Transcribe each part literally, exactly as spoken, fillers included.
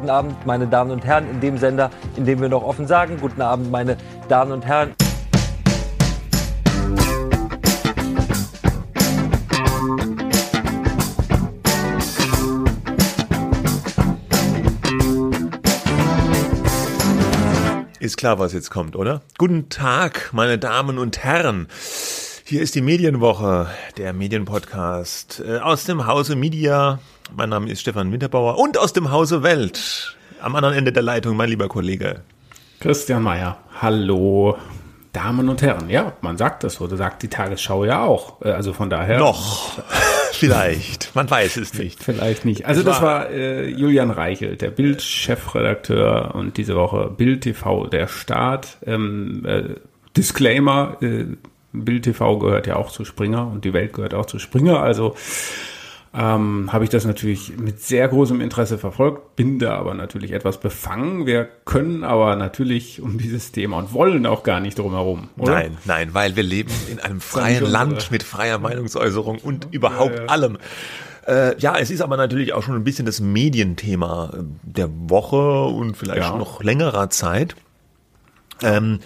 Guten Abend, meine Damen und Herren, in dem Sender, in dem wir noch offen sagen. Guten Abend, meine Damen und Herren. Ist klar, was jetzt kommt, oder? Guten Tag, meine Damen und Herren. Hier ist die Medienwoche, der Medienpodcast äh, aus dem Hause Media. Mein Name ist Stefan Winterbauer und aus dem Hause Welt. Am anderen Ende der Leitung mein lieber Kollege Christian Mayer. Hallo, Damen und Herren. Ja, man sagt das so, das sagt die Tagesschau ja auch. Also von daher. Noch, vielleicht, man weiß es nicht. Vielleicht nicht. Also das war äh, Julian Reichelt, der Bild-Chefredakteur und diese Woche Bild T V, der Start. Ähm, äh, Disclaimer, äh, Bild T V gehört ja auch zu Springer und die Welt gehört auch zu Springer, also ähm, habe ich das natürlich mit sehr großem Interesse verfolgt, bin da aber natürlich etwas befangen. Wir können aber natürlich um dieses Thema und wollen auch gar nicht drum herum, oder? Nein, nein, weil wir leben in einem freien Land mit freier Meinungsäußerung und überhaupt ja, ja. allem. Äh, ja, es ist aber natürlich auch schon ein bisschen das Medienthema der Woche und vielleicht ja. noch längerer Zeit. Ähm,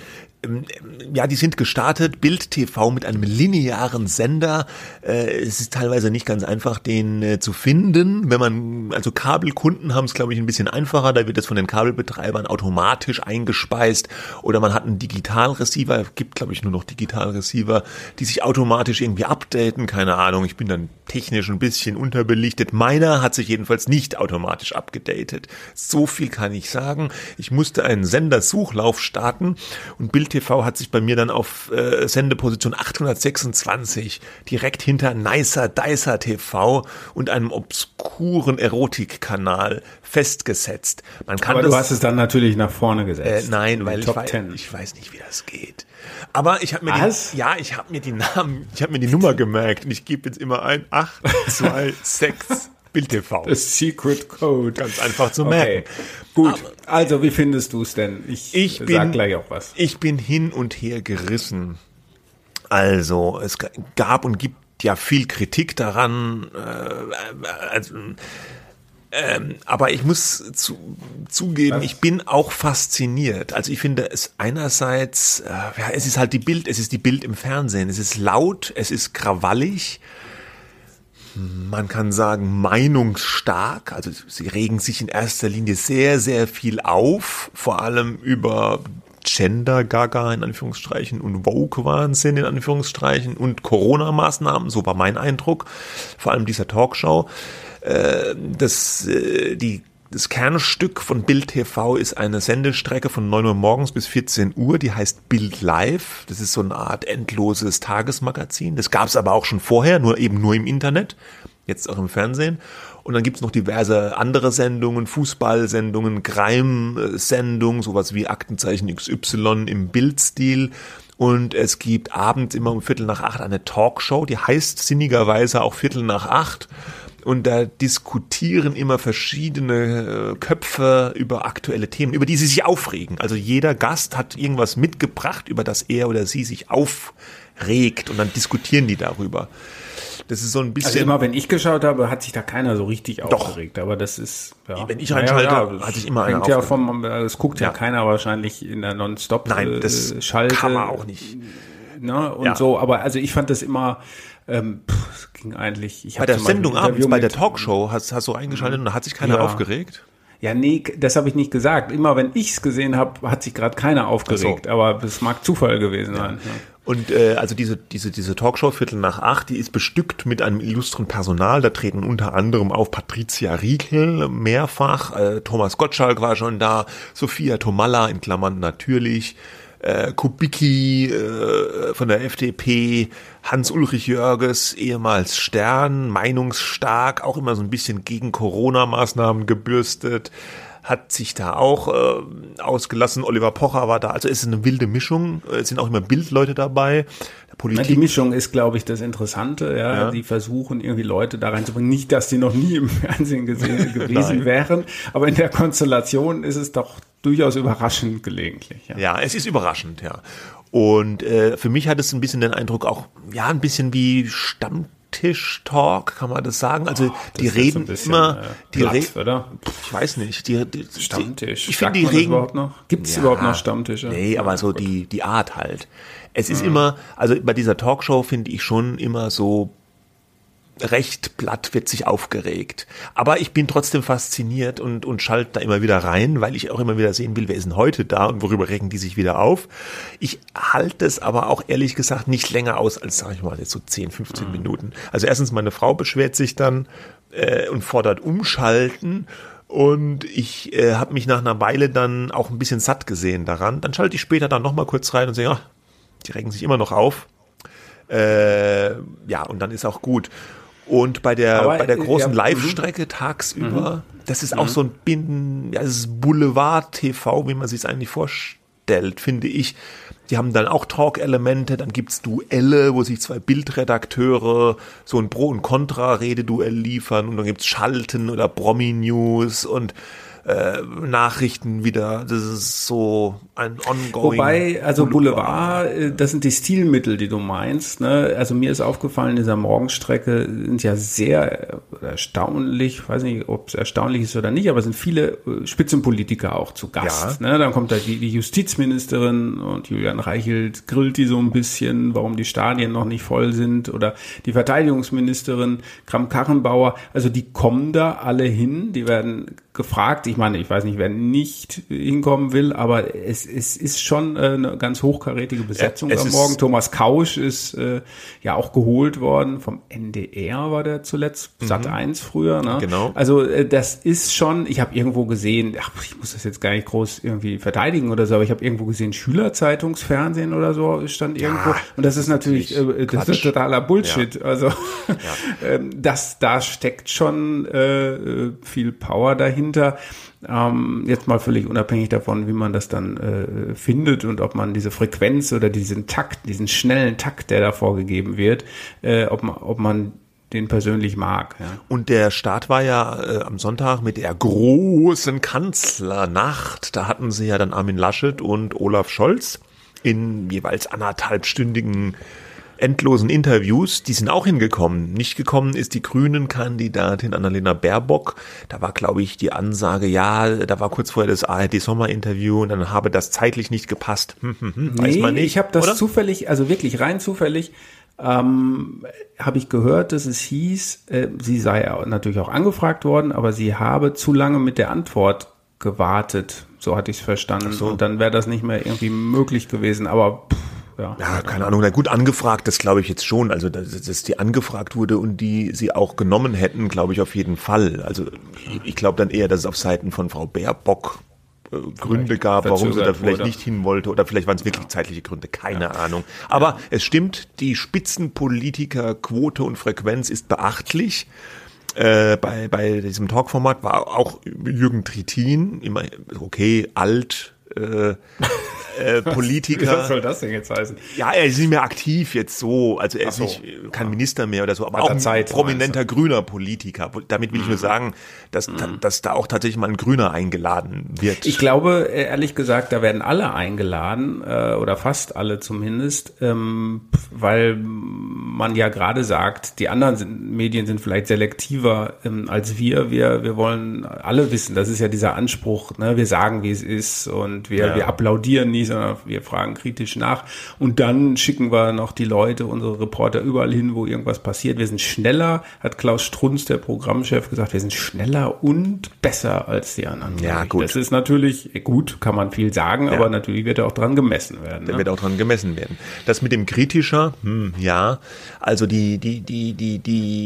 Ja, die sind gestartet, Bild T V mit einem linearen Sender. Äh, es ist teilweise nicht ganz einfach, den äh, zu finden. Wenn man, also Kabelkunden haben es, glaube ich, ein bisschen einfacher. Da wird es von den Kabelbetreibern automatisch eingespeist. Oder man hat einen Digitalreceiver. Gibt, glaube ich, nur noch Digitalreceiver, die sich automatisch irgendwie updaten. Keine Ahnung, ich bin dann technisch ein bisschen unterbelichtet. Meiner hat sich jedenfalls nicht automatisch abgedatet. So viel kann ich sagen. Ich musste einen Sendersuchlauf starten und Bild T V hat sich bei mir dann auf äh, Sendeposition achthundertsechsundzwanzig direkt hinter Nicer Dicer T V und einem obskuren Erotikkanal festgesetzt. Man kann Aber das, du hast es dann natürlich nach vorne gesetzt. Äh, nein, weil ich weiß, ich weiß nicht, wie das geht. Aber ich habe mir die, ja, ich habe mir die Namen, ich habe mir die Nummer gemerkt und ich gebe jetzt immer ein acht zwei sechs Bild T V. Das Secret Code. Ganz einfach zu merken. Okay. Gut, aber, also wie findest du es denn? Ich, ich sag bin, gleich auch was. Ich bin hin und her gerissen. Also, es gab und gibt ja viel Kritik daran. Äh, also, ähm, aber ich muss zu, zugeben, was? Ich bin auch fasziniert. Also ich finde es einerseits, äh, ja, es ist halt die Bild, es ist die Bild im Fernsehen. Es ist laut, es ist krawallig. Man kann sagen, meinungsstark, also sie regen sich in erster Linie sehr, sehr viel auf, vor allem über Gender-Gaga in Anführungsstrichen und Woke-Wahnsinn in Anführungsstrichen und Corona-Maßnahmen, so war mein Eindruck, vor allem dieser Talkshow. Das, die Das Kernstück von Bild T V ist eine Sendestrecke von neun Uhr morgens bis vierzehn Uhr, die heißt Bild Live. Das ist so eine Art endloses Tagesmagazin. Das gab es aber auch schon vorher, nur eben nur im Internet, jetzt auch im Fernsehen. Und dann gibt's noch diverse andere Sendungen, Fußballsendungen, Crime-Sendungen, sowas wie Aktenzeichen X Y im Bildstil. Und es gibt abends immer um Viertel nach acht eine Talkshow, die heißt sinnigerweise auch Viertel nach acht. Und da diskutieren immer verschiedene Köpfe über aktuelle Themen, über die sie sich aufregen. Also jeder Gast hat irgendwas mitgebracht, über das er oder sie sich aufregt. Und dann diskutieren die darüber. Das ist so ein bisschen. Also immer, wenn ich geschaut habe, hat sich da keiner so richtig Doch. aufgeregt. Aber das ist, ja. Wenn ich reinschalte, ja, ja, hat sich immer einer aufgeregt. Ja vom, das guckt ja, ja keiner wahrscheinlich in der Non-Stop Nein, das Schalte. Kann man auch nicht. Ne, und ja. so. Aber also ich fand das immer, ähm, pff, es ging eigentlich. Ich bei der Sendung abends, bei der Talkshow, hast, hast du eingeschaltet und da hat sich keiner ja. aufgeregt? Ja, nee, das habe ich nicht gesagt. Immer wenn ich es gesehen habe, hat sich gerade keiner aufgeregt. So. Aber es mag Zufall gewesen sein. Ja. Und äh, also diese diese diese Talkshow Viertel nach acht, die ist bestückt mit einem illustren Personal. Da treten unter anderem auf Patricia Riekel mehrfach, äh, Thomas Gottschalk war schon da, Sophia Tomalla in Klammern natürlich, äh, Kubicki äh, von der F D P, Hans-Ulrich Jörges, ehemals Stern, meinungsstark, auch immer so ein bisschen gegen Corona-Maßnahmen gebürstet, hat sich da auch äh, ausgelassen. Oliver Pocher war da. Also es ist eine wilde Mischung. Es sind auch immer Bildleute dabei. Der Politik. Die Mischung ist, glaube ich, das Interessante. Ja, ja. Die versuchen irgendwie Leute da reinzubringen. Nicht, dass die noch nie im Fernsehen gesehen gewesen wären, aber in der Konstellation ist es doch durchaus überraschend gelegentlich. Ja, ja, es ist überraschend, ja. Und äh, für mich hat es ein bisschen den Eindruck auch, ja, ein bisschen wie Stammtisch. Stammtisch-Talk, kann man das sagen? Also oh, die reden so ein bisschen, immer, äh, die platt, reden, oder? Ich weiß nicht, die, die Stammtisch. Die, ich finde die Sagt man das reden überhaupt noch? Gibt es ja, überhaupt noch Stammtische? Nee, aber ja, so gut. die die Art halt. Es ist mhm. immer, also bei dieser Talkshow finde ich schon immer so recht platt, wird sich aufgeregt. Aber ich bin trotzdem fasziniert und, und schalte da immer wieder rein, weil ich auch immer wieder sehen will, wer ist denn heute da und worüber regen die sich wieder auf. Ich halte es aber auch ehrlich gesagt nicht länger aus als, sag ich mal, jetzt so zehn, fünfzehn mhm. Minuten. Also erstens, meine Frau beschwert sich dann äh, und fordert umschalten. Und ich äh, habe mich nach einer Weile dann auch ein bisschen satt gesehen daran. Dann schalte ich später dann nochmal kurz rein und sehe, ja, die regen sich immer noch auf. Äh, ja, und dann ist auch gut. Und bei der, Aber, bei der großen ja, Live-Strecke tagsüber, mhm. das ist auch mhm. so ein Binden, ja, das ist Boulevard-T V, wie man sich es eigentlich vorstellt, finde ich. Die haben dann auch Talk-Elemente, dann gibt's Duelle, wo sich zwei Bildredakteure so ein Pro- und Contra-Rededuell liefern und dann gibt's Schalten oder Promi-News und äh, Nachrichten wieder. Das ist so ein ongoing. Wobei, also Boulevard, Boulevard, das sind die Stilmittel, die du meinst. Ne? Also mir ist aufgefallen, in dieser Morgenstrecke sind ja sehr erstaunlich, ich weiß nicht, ob es erstaunlich ist oder nicht, aber sind viele Spitzenpolitiker auch zu Gast. Ja. Ne? Dann kommt da die, die Justizministerin und Julian Reichelt grillt die so ein bisschen, warum die Stadien noch nicht voll sind, oder die Verteidigungsministerin Kramp-Karrenbauer. Also die kommen da alle hin, die werden gefragt. Ich meine, ich weiß nicht, wer nicht hinkommen will, aber es, es ist schon äh, eine ganz hochkarätige Besetzung ja, am Morgen. Thomas Kausch ist äh, ja auch geholt worden vom N D R, war der zuletzt, mhm. Sat eins früher. Ne? Genau. Also äh, das ist schon, ich habe irgendwo gesehen, ach, ich muss das jetzt gar nicht groß irgendwie verteidigen oder so, aber ich habe irgendwo gesehen, Schülerzeitungsfernsehen oder so stand irgendwo. Ja, und das ist natürlich, äh, das ist totaler Bullshit. Ja. Also ja. äh, das, da steckt schon äh, viel Power dahinter. Hinter. Ähm, jetzt mal völlig unabhängig davon, wie man das dann äh, findet und ob man diese Frequenz oder diesen Takt, diesen schnellen Takt, der da vorgegeben wird, äh, ob man, ob man den persönlich mag. Ja. Und der Start war ja äh, am Sonntag mit der großen Kanzlernacht. Da hatten sie ja dann Armin Laschet und Olaf Scholz in jeweils anderthalbstündigen endlosen Interviews, die sind auch hingekommen. Nicht gekommen ist die Grünen-Kandidatin Annalena Baerbock. Da war, glaube ich, die Ansage, ja, da war kurz vorher das A R D-Sommerinterview und dann habe das zeitlich nicht gepasst. Hm, hm, hm, weiß nee, man nicht, ich habe das oder? zufällig, also wirklich rein zufällig, ähm, habe ich gehört, dass es hieß, äh, sie sei natürlich auch angefragt worden, aber sie habe zu lange mit der Antwort gewartet. So hatte ich es verstanden. Ach so. Und dann wäre das nicht mehr irgendwie möglich gewesen, aber pff, Ja, ja, keine Ahnung. Na gut, angefragt, das glaube ich jetzt schon. Also, dass, dass die angefragt wurde und die sie auch genommen hätten, glaube ich auf jeden Fall. Also, ich, ich glaube dann eher, dass es auf Seiten von Frau Baerbock äh, Gründe gab, warum sie da vielleicht wurde. nicht hin wollte. Oder vielleicht waren es wirklich ja. zeitliche Gründe, keine ja. Ahnung. Aber ja. es stimmt, die Spitzenpolitikerquote und Frequenz ist beachtlich. Äh, bei, bei diesem Talkformat war auch Jürgen Trittin, immer okay, alt, äh, Äh, Politiker. Was soll das denn jetzt heißen? Ja, er ist nicht mehr aktiv jetzt so, also er ist so. nicht kein Minister mehr oder so, aber Hat auch ein Zeit, prominenter grüner Politiker. Damit will ich nur sagen, dass, mhm. dass da auch tatsächlich mal ein Grüner eingeladen wird. Ich glaube, ehrlich gesagt, da werden alle eingeladen, äh, oder fast alle zumindest, ähm, weil man ja gerade sagt, die anderen sind, Medien sind vielleicht selektiver ähm, als wir. Wir wir wollen alle wissen, das ist ja dieser Anspruch, ne? Wir sagen, wie es ist und wir, ja. wir applaudieren nicht, sondern wir fragen kritisch nach und dann schicken wir noch die Leute, unsere Reporter überall hin, wo irgendwas passiert. Wir sind schneller, hat Klaus Strunz, der Programmchef, gesagt, wir sind schneller und besser als die anderen. Ja, gut. Das ist natürlich gut, kann man viel sagen, ja. aber natürlich wird er auch dran gemessen werden. Da ne? wird auch dran gemessen werden. Das mit dem kritischer, hm, ja, also die, die, die, die,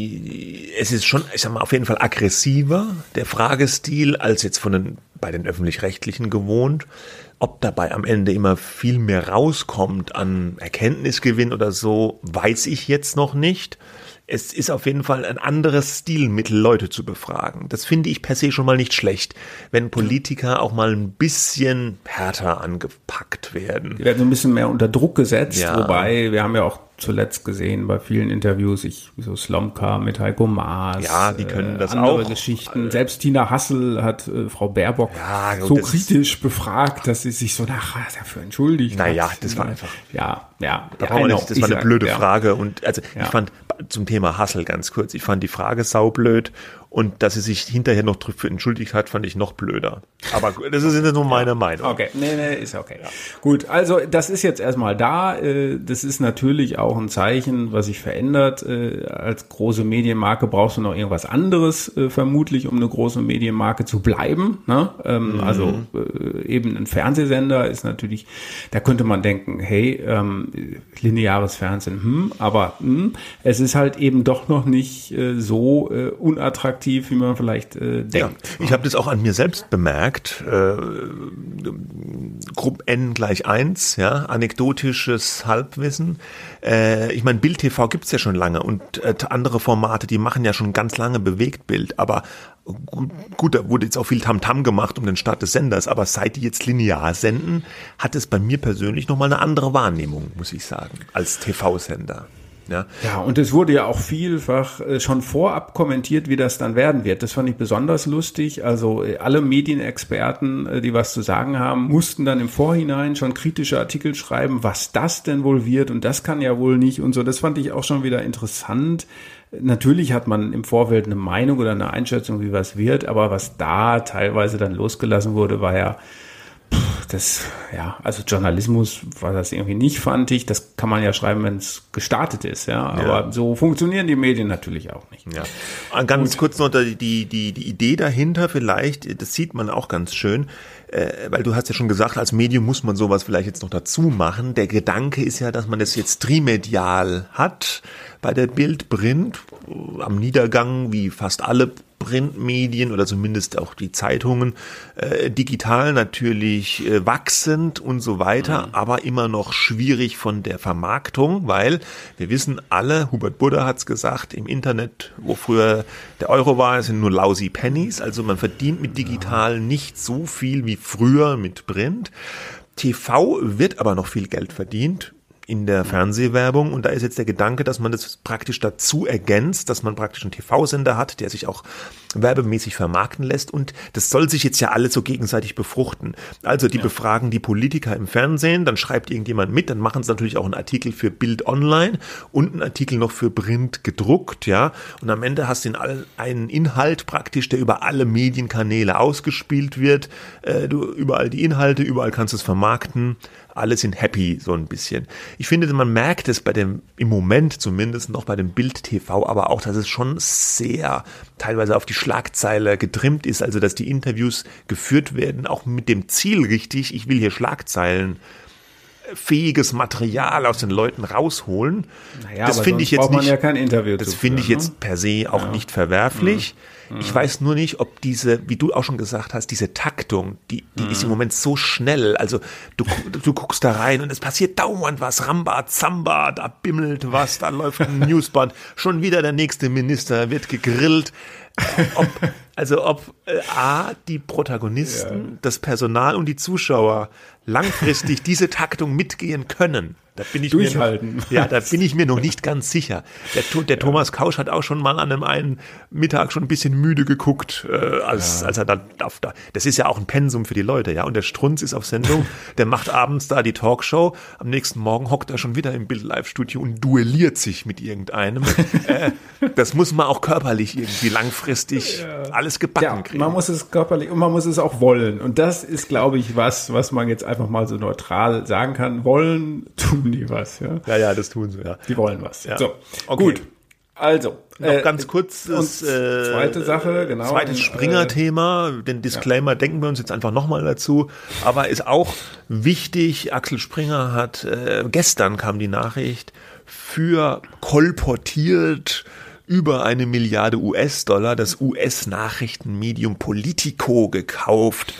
die, es ist schon, ich sag mal, auf jeden Fall aggressiver, der Fragestil, als jetzt von den, bei den Öffentlich-Rechtlichen gewohnt. Ob dabei am Ende immer viel mehr rauskommt an Erkenntnisgewinn oder so, weiß ich jetzt noch nicht. Es ist auf jeden Fall ein anderes Stilmittel, Leute zu befragen. Das finde ich per se schon mal nicht schlecht, wenn Politiker auch mal ein bisschen härter angepackt werden. Die werden so ein bisschen mehr unter Druck gesetzt, ja. Wobei wir haben ja auch zuletzt gesehen bei vielen Interviews, ich so Slomka mit Heiko Maas, ja, die können das äh, andere auch. Geschichten. Selbst Tina Hassel hat äh, Frau Baerbock ja, so kritisch befragt, dass sie sich so nachher dafür entschuldigt naja, hat. das war einfach. Ja, ja. Da ja, nicht, das war eine sag, blöde ja. Frage und also ja. ich fand zum Thema Hassel ganz kurz. Ich fand die Frage saublöd und dass sie sich hinterher noch dafür entschuldigt hat, fand ich noch blöder. Aber das ist nur meine Meinung. Okay, nee, nee, ist okay. Ja. Gut, also das ist jetzt erstmal da. Das ist natürlich auch ein Zeichen, was sich verändert. Als große Medienmarke brauchst du noch irgendwas anderes, vermutlich, um eine große Medienmarke zu bleiben. Ne? Mhm. Also eben ein Fernsehsender ist natürlich, da könnte man denken, hey, lineares Fernsehen, hm, aber hm, es ist halt eben doch noch nicht so unattraktiv, wie man vielleicht äh, denkt. Ja, ich habe das auch an mir selbst bemerkt. Äh, Gruppe N gleich eins, ja, anekdotisches Halbwissen. Äh, ich meine, Bild T V gibt's ja schon lange und äh, andere Formate, die machen ja schon ganz lange Bewegtbild, aber gut, gut, da wurde jetzt auch viel Tamtam gemacht um den Start des Senders, aber seit die jetzt linear senden, hat es bei mir persönlich nochmal eine andere Wahrnehmung, muss ich sagen, als T V-Sender. Ja. ja, und es wurde ja auch vielfach äh, schon vorab kommentiert, wie das dann werden wird. Das fand ich besonders lustig. Also äh, alle Medienexperten, äh, die was zu sagen haben, mussten dann im Vorhinein schon kritische Artikel schreiben, was das denn wohl wird und das kann ja wohl nicht und so. Das fand ich auch schon wieder interessant. Natürlich hat man im Vorfeld eine Meinung oder eine Einschätzung, wie was wird, aber was da teilweise dann losgelassen wurde, war ja das, ja, also Journalismus war das irgendwie nicht, fand ich. Das kann man ja schreiben, wenn es gestartet ist, ja. Aber ja. So funktionieren die Medien natürlich auch nicht. Ja. Ganz Gut. kurz noch die, die, die, die Idee dahinter vielleicht, das sieht man auch ganz schön, äh, weil du hast ja schon gesagt, als Medium muss man sowas vielleicht jetzt noch dazu machen. Der Gedanke ist ja, dass man das jetzt trimedial hat bei der Bild Print, am Niedergang, wie fast alle Printmedien oder zumindest auch die Zeitungen, äh, digital natürlich äh, wachsend und so weiter, mhm. aber immer noch schwierig von der Vermarktung, weil wir wissen alle, Hubert Burda hat's gesagt, im Internet, wo früher der Euro war, sind nur lousy Pennies, also man verdient mit digital ja. nicht so viel wie früher mit Print. T V wird aber noch viel Geld verdient in der Fernsehwerbung und da ist jetzt der Gedanke, dass man das praktisch dazu ergänzt, dass man praktisch einen T V-Sender hat, der sich auch werbemäßig vermarkten lässt und das soll sich jetzt ja alles so gegenseitig befruchten. Also die ja. befragen die Politiker im Fernsehen, dann schreibt irgendjemand mit, dann machen sie natürlich auch einen Artikel für Bild Online und einen Artikel noch für Print gedruckt, ja, und am Ende hast du einen Inhalt praktisch, der über alle Medienkanäle ausgespielt wird, äh, du überall die Inhalte, überall kannst du es vermarkten. Alle sind happy, so ein bisschen. Ich finde, man merkt es bei dem, im Moment zumindest noch bei dem Bild T V, aber auch, dass es schon sehr teilweise auf die Schlagzeile getrimmt ist, also dass die Interviews geführt werden, auch mit dem Ziel richtig, ich will hier Schlagzeilen fähiges Material aus den Leuten rausholen. Naja, das finde ich jetzt nicht. Ja kein Interview das finde ich jetzt per se auch ja. nicht verwerflich. Mhm. Ich weiß nur nicht, ob diese, wie du auch schon gesagt hast, diese Taktung, die, die mhm. ist im Moment so schnell. Also du, du guckst da rein und es passiert dauernd was. Ramba, Zamba, da bimmelt was, da läuft ein Newsband. Schon wieder der nächste Minister wird gegrillt. Ob, also ob äh, A, die Protagonisten, ja. das Personal und die Zuschauer langfristig diese Taktung mitgehen können. Da bin ich Durchhalten. Mir noch, ja, da bin ich mir noch nicht ganz sicher. Der, der ja. Thomas Kausch hat auch schon mal an einem einen Mittag schon ein bisschen müde geguckt, äh, als, ja. als er dann auf da. Das ist ja auch ein Pensum für die Leute, ja. Und der Strunz ist auf Sendung, der macht abends da die Talkshow. Am nächsten Morgen hockt er schon wieder im Bild-Live-Studio und duelliert sich mit irgendeinem. äh, das muss man auch körperlich irgendwie langfristig ja. alles gebacken ja, kriegen. Man muss es körperlich und man muss es auch wollen. Und das ist, glaube ich, was, was man jetzt einfach mal so neutral sagen kann. Wollen, tun die was, ja? Ja, ja, das tun sie, ja. Die wollen was. Ja. So, okay. Gut. Also. Noch äh, ganz kurz. Das, äh, zweite Sache, genau. Zweites Springer-Thema. Den Disclaimer ja. denken wir uns jetzt einfach nochmal dazu. Aber ist auch wichtig. Axel Springer hat, äh, gestern kam die Nachricht, für kolportiert über eine Milliarde U S-Dollar das U S-Nachrichtenmedium Politico gekauft.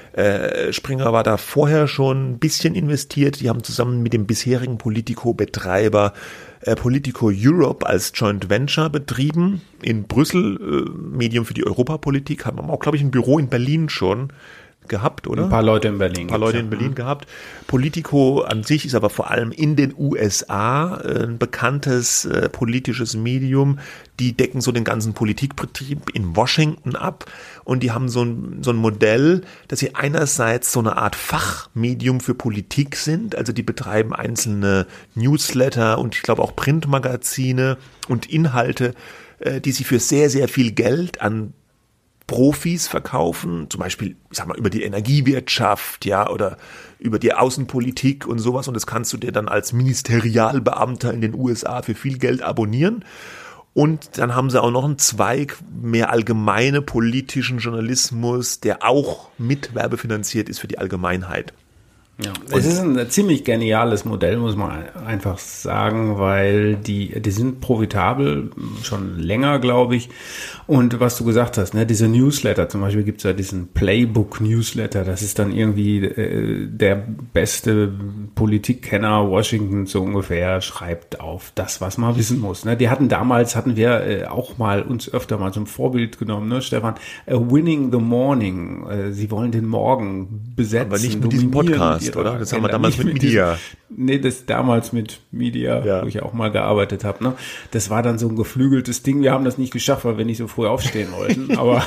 Äh, Springer war da vorher schon ein bisschen investiert. Die haben zusammen mit dem bisherigen Politico-Betreiber äh, Politico Europe als Joint Venture betrieben in Brüssel, äh, Medium für die Europapolitik. Haben auch, glaube ich, ein Büro in Berlin schon. gehabt, oder? Ein paar Leute in Berlin. Ein paar Leute ja. in Berlin gehabt. Politico an sich ist aber vor allem in den U S A ein bekanntes äh, politisches Medium. Die decken so den ganzen Politikbetrieb in Washington ab und die haben so ein, so ein Modell, dass sie einerseits so eine Art Fachmedium für Politik sind, also die betreiben einzelne Newsletter und ich glaube auch Printmagazine und Inhalte, äh, die sie für sehr, sehr viel Geld an Profis verkaufen, zum Beispiel, ich sag mal, über die Energiewirtschaft, ja, oder über die Außenpolitik und sowas. Und das kannst du dir dann als Ministerialbeamter in den U S A für viel Geld abonnieren. Und dann haben sie auch noch einen Zweig, mehr allgemeine politischen Journalismus, der auch mit werbefinanziert ist für die Allgemeinheit. Ja, es ist ein ziemlich geniales Modell, muss man einfach sagen, weil die, die sind profitabel, schon länger, glaube ich. Und was du gesagt hast, ne, diese Newsletter, zum Beispiel gibt's ja diesen Playbook-Newsletter, das ist dann irgendwie äh, der beste Politikkenner Washington so ungefähr, schreibt auf das, was man wissen muss. Ne? Die hatten damals, hatten wir äh, auch mal uns öfter mal zum Vorbild genommen, ne, Stefan, uh, Winning the Morning, äh, sie wollen den Morgen besetzen. Aber nicht mit diesem Podcast. Oder? Das haben wir damals mit Media. Nee, das damals mit Media, ja. Wo ich auch mal gearbeitet habe. Ne? Das war dann so ein geflügeltes Ding. Wir haben das nicht geschafft, weil wir nicht so früh aufstehen wollten. Aber,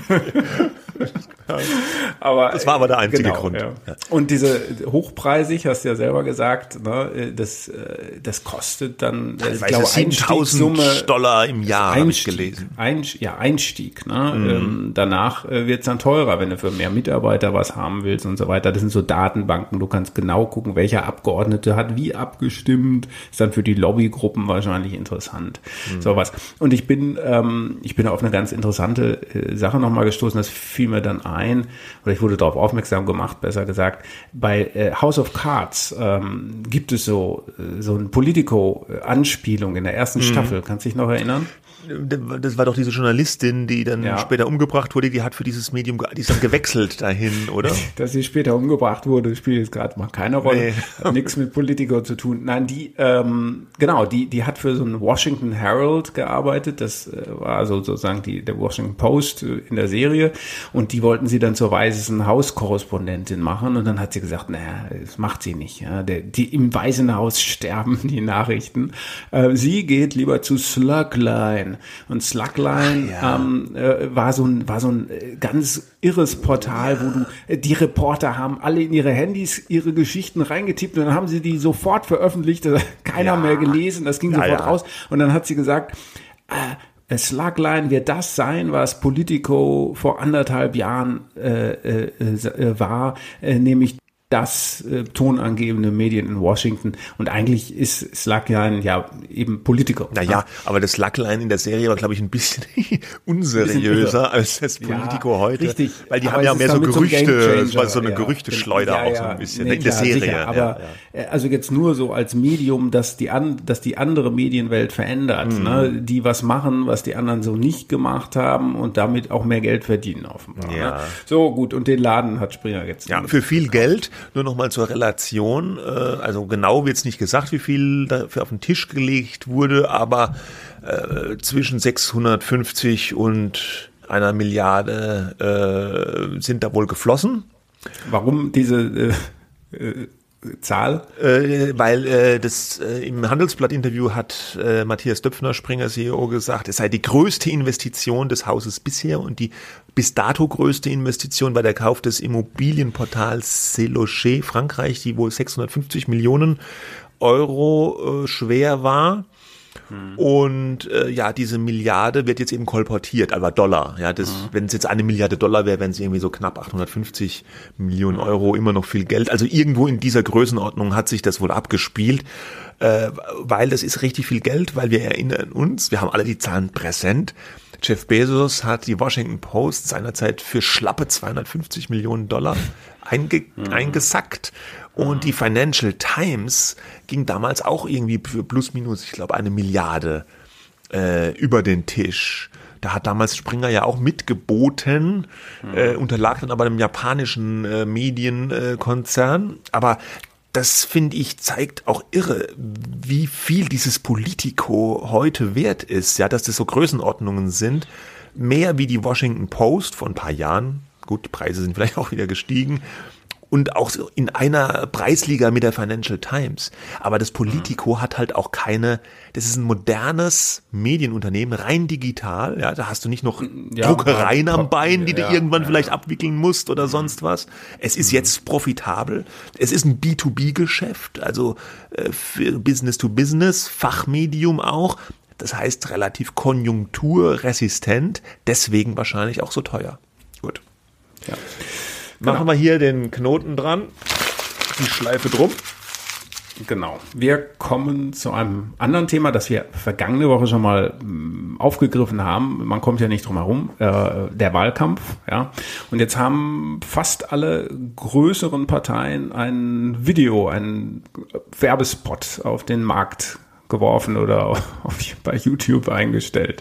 aber das war aber der einzige genau, Grund. Ja. Und diese hochpreisig, hast du ja selber gesagt, ne, das, das kostet dann, ich glaube, siebentausend Dollar im Jahr, habe ich gelesen. Ein, ja, Einstieg. Ne? Mhm. Ähm, danach äh, wird es dann teurer, wenn du für mehr Mitarbeiter was haben willst und so weiter. Das sind so Datenbanken. Du kannst genau gucken, welcher Abgeordnete hat wie abgestimmt. Ist dann für die Lobbygruppen wahrscheinlich interessant. Mhm. So was. Und ich bin, ähm, ich bin auf eine ganz interessante äh, Sache nochmal gestoßen. Das fiel mir dann ein, oder ich wurde darauf aufmerksam gemacht, besser gesagt. Bei äh, House of Cards ähm, gibt es so, äh, so ein Politico-Anspielung in der ersten mhm. Staffel. Kannst du dich noch erinnern? Das war doch diese Journalistin, die dann ja. später umgebracht wurde, die hat für dieses Medium, die ist dann gewechselt dahin, oder? Dass sie später umgebracht wurde, spielt jetzt gerade mal keine Rolle. Nee. Hat nichts mit Politiker zu tun. Nein, die, ähm, genau, die, die hat für so einen Washington Herald gearbeitet. Das äh, war so, sozusagen die, der Washington Post äh, in der Serie. Und die wollten sie dann zur Weißen Haus-Korrespondentin machen. Und dann hat sie gesagt, naja, das macht sie nicht. Ja. Der, die, im Weißen Haus sterben die Nachrichten. Äh, sie geht lieber zu Slugline. Und Slugline ja. ähm, äh, war so ein war so ein ganz irres Portal, ja. wo du äh, die Reporter haben alle in ihre Handys ihre Geschichten reingetippt und dann haben sie die sofort veröffentlicht, das hat keiner ja. mehr gelesen, das ging ja, sofort ja. raus und dann hat sie gesagt, äh, Slugline wird das sein, was Politico vor anderthalb Jahren äh, äh, war, äh, nämlich das äh, tonangebende Medien in Washington. Und eigentlich ist Slugline ja eben Politiker. Naja, aber das Slugline in der Serie war, glaube ich, ein bisschen unseriöser als das Politico ja, heute. Richtig. Weil die aber haben ja mehr so Gerüchte, es war so eine ja, Gerüchteschleuder ja, ja, auch so ein bisschen, nee, in der klar, Serie. Sicher, aber ja, ja. also jetzt nur so als Medium, dass die, an, dass die andere Medienwelt verändert, mhm. ne? Die was machen, was die anderen so nicht gemacht haben und damit auch mehr Geld verdienen offenbar. Ja. Ne? So, gut, und den Laden hat Springer jetzt. Ja, für viel Geld. Nur noch mal zur Relation, also genau wird es nicht gesagt, wie viel dafür auf den Tisch gelegt wurde, aber äh, zwischen sechshundertfünfzig und einer Milliarde äh, sind da wohl geflossen. Warum diese äh, äh, Zahl? Äh, weil äh, das äh, im Handelsblatt-Interview hat äh, Matthias Döpfner, Springer C E O, gesagt, es sei die größte Investition des Hauses bisher und die bis dato größte Investition war der Kauf des Immobilienportals Seloché Frankreich, die wohl sechshundertfünfzig Millionen Euro äh, schwer war. Hm. Und äh, ja, diese Milliarde wird jetzt eben kolportiert, aber Dollar. Ja, das, hm. wenn es jetzt eine Milliarde Dollar wäre, wären es irgendwie so knapp achthundertfünfzig Millionen Euro, immer noch viel Geld. Also irgendwo in dieser Größenordnung hat sich das wohl abgespielt, äh, weil das ist richtig viel Geld, weil wir erinnern uns, wir haben alle die Zahlen präsent. Jeff Bezos hat die Washington Post seinerzeit für schlappe zweihundertfünfzig Millionen Dollar einge- mhm. eingesackt. Und die Financial Times ging damals auch irgendwie für plus minus, ich glaube, eine Milliarde äh, über den Tisch. Da hat damals Springer ja auch mitgeboten, mhm. äh, unterlag dann aber einem japanischen äh, Medienkonzern. Aber das, finde ich, zeigt auch irre, wie viel dieses Politico heute wert ist, ja, dass das so Größenordnungen sind. Mehr wie die Washington Post vor ein paar Jahren, Gut, die Preise sind vielleicht auch wieder gestiegen. Und auch so in einer Preisliga mit der Financial Times. Aber das Politico hat halt auch keine, das ist ein modernes Medienunternehmen, rein digital. Ja, da hast du nicht noch ja, Druckereien am Bein, die ja, du irgendwann ja, vielleicht ja. abwickeln musst oder sonst was. Es ist mhm. jetzt profitabel. Es ist ein B zwei B Geschäft, also äh, für Business to Business, Fachmedium auch. Das heißt relativ konjunkturresistent, deswegen wahrscheinlich auch so teuer. Gut. Ja. Machen genau. wir hier den Knoten dran, die Schleife drum. Genau. Wir kommen zu einem anderen Thema, das wir vergangene Woche schon mal mh, aufgegriffen haben. Man kommt ja nicht drum herum. Äh, der Wahlkampf. Ja. Und jetzt haben fast alle größeren Parteien ein Video, einen Werbespot auf den Markt geworfen oder auf, bei YouTube eingestellt.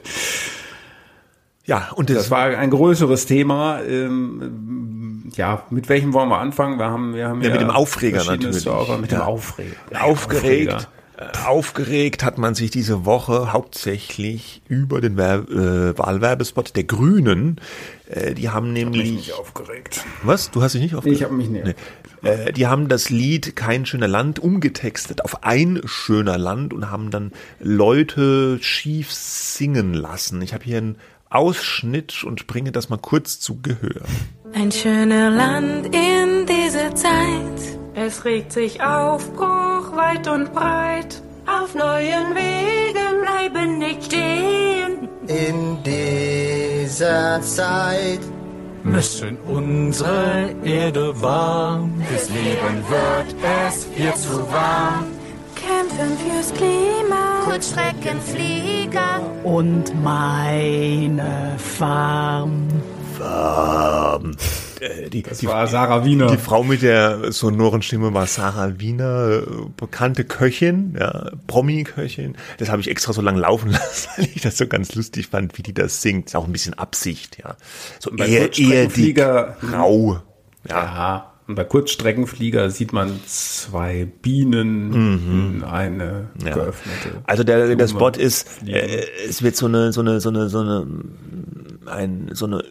Ja, und das, das war ein größeres Thema. Ähm, ja, mit welchem wollen wir anfangen? Wir haben, wir haben ja, ja mit dem Aufreger natürlich. Server, mit ja. dem Aufreger. Aufgeregt, Aufreger. Äh, aufgeregt hat man sich diese Woche hauptsächlich über den Werb, äh, Wahlwerbespot der Grünen. Äh, die haben nämlich. Ich habe mich nicht aufgeregt. Was? Du hast dich nicht aufgeregt? Ich habe mich nicht. Nee. Äh, die haben das Lied Kein schöner Land umgetextet auf Ein schöner Land und haben dann Leute schief singen lassen. Ich habe hier ein Ausschnitt und bringe das mal kurz zu Gehör. Ein schöner Land in dieser Zeit. Es regt sich Aufbruch weit und breit. Auf neuen Wegen bleiben nicht stehen. In dieser Zeit müssen unsere Erde warm. Fürs Leben wird es hier zu warm. Kämpfen fürs Klima, Kurzstreckenflieger und meine Farm. Farm. Äh, die, das die, war Sarah Wiener. Die Frau mit der sonoren Stimme war Sarah Wiener, bekannte Köchin, ja, Promi-Köchin. Das habe ich extra so lange laufen lassen, weil ich das so ganz lustig fand, wie die das singt. Ist auch ein bisschen Absicht, ja. So eher, eher dick, rau. Ja. ja. Und bei Kurzstreckenflieger sieht man zwei Bienen mhm. in eine ja. geöffnete. Also der, der Spot ist, äh, es wird so eine, so eine, so eine, so eine, ein, so eine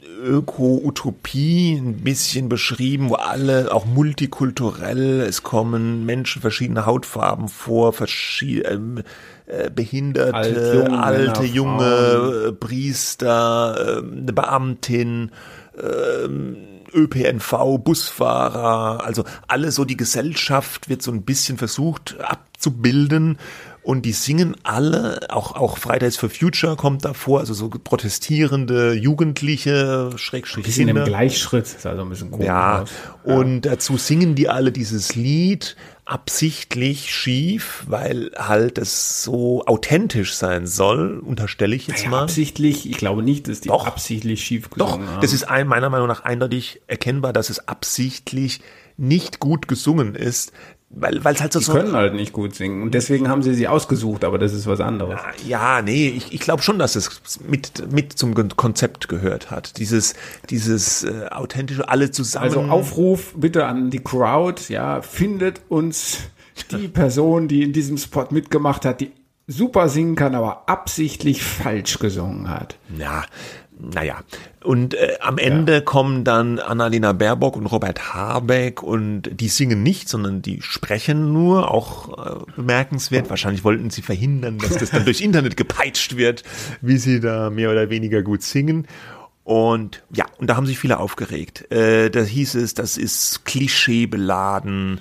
Öko-Utopie ein bisschen beschrieben, wo alle auch multikulturell, es kommen Menschen verschiedener Hautfarben vor, verschiedene, äh, Behinderte, Alt, jung, alte, Männer, junge, Frauen. Priester, äh, eine Beamtin, äh, Ö P N V, Busfahrer, also alle so, die Gesellschaft wird so ein bisschen versucht abzubilden und die singen alle, auch, auch Fridays for Future kommt davor, also so protestierende Jugendliche, Schrägstrich Kinder. Ein bisschen im Gleichschritt, ist also ein bisschen komisch. Ja, ja, und dazu singen die alle dieses Lied, absichtlich schief, weil halt es so authentisch sein soll, unterstelle ich jetzt naja, mal. Absichtlich, ich glaube nicht, dass die Doch. absichtlich schief gesungen Doch, haben. das ist ein, meiner Meinung nach eindeutig erkennbar, dass es absichtlich nicht gut gesungen ist, weil weil es halt so... Die so können halt nicht gut singen und deswegen haben sie sie ausgesucht, aber das ist was anderes. Ja, nee, ich, ich glaube schon, dass es mit mit zum Konzept gehört hat. Dieses dieses äh, authentische, alle zusammen... Also Aufruf bitte an die Crowd, ja, findet uns die Person, die in diesem Spot mitgemacht hat, die super singen kann, aber absichtlich falsch gesungen hat. Ja, naja. Und äh, am Ende ja. kommen dann Annalena Baerbock und Robert Habeck und die singen nicht, sondern die sprechen nur, auch äh, bemerkenswert. Wahrscheinlich wollten sie verhindern, dass das dann durch Internet gepeitscht wird, wie sie da mehr oder weniger gut singen. Und ja, und da haben sich viele aufgeregt. Äh, da hieß es, das ist klischeebeladen,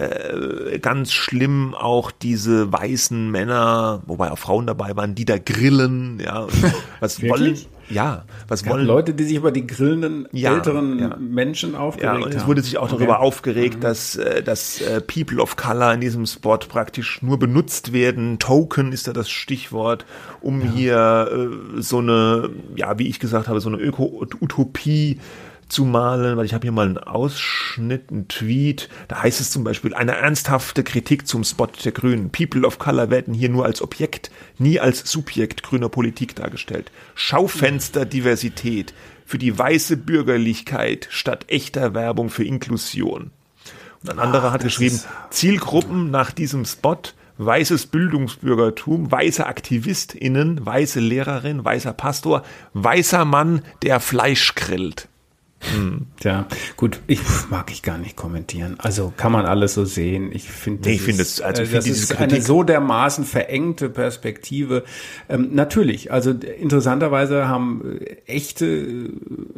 äh, ganz schlimm auch diese weißen Männer, wobei auch Frauen dabei waren, die da grillen. Ja, was wollen? Ja, was wollen Leute, die sich über die grillenden ja, älteren ja. Menschen aufgeregt haben? Ja, und es wurde sich auch okay. darüber aufgeregt, mhm. dass, dass People of Color in diesem Spot praktisch nur benutzt werden. Token ist da das Stichwort, um ja. hier äh, so eine, ja, wie ich gesagt habe, so eine Öko-Utopie zu malen, weil ich habe hier mal einen Ausschnitt, einen Tweet, da heißt es zum Beispiel, eine ernsthafte Kritik zum Spot der Grünen. People of Color werden hier nur als Objekt, nie als Subjekt grüner Politik dargestellt. Schaufensterdiversität für die weiße Bürgerlichkeit statt echter Werbung für Inklusion. Und ein anderer Ach, hat geschrieben, Zielgruppen nach diesem Spot, weißes Bildungsbürgertum, weiße AktivistInnen, weiße Lehrerin, weißer Pastor, weißer Mann, der Fleisch grillt. Hm. Tja, gut, ich mag ich gar nicht kommentieren. Also kann man alles so sehen. Ich finde, nee, ich finde es, also ich das finde ist eine so dermaßen verengte Perspektive. Ähm, natürlich, also interessanterweise haben echte,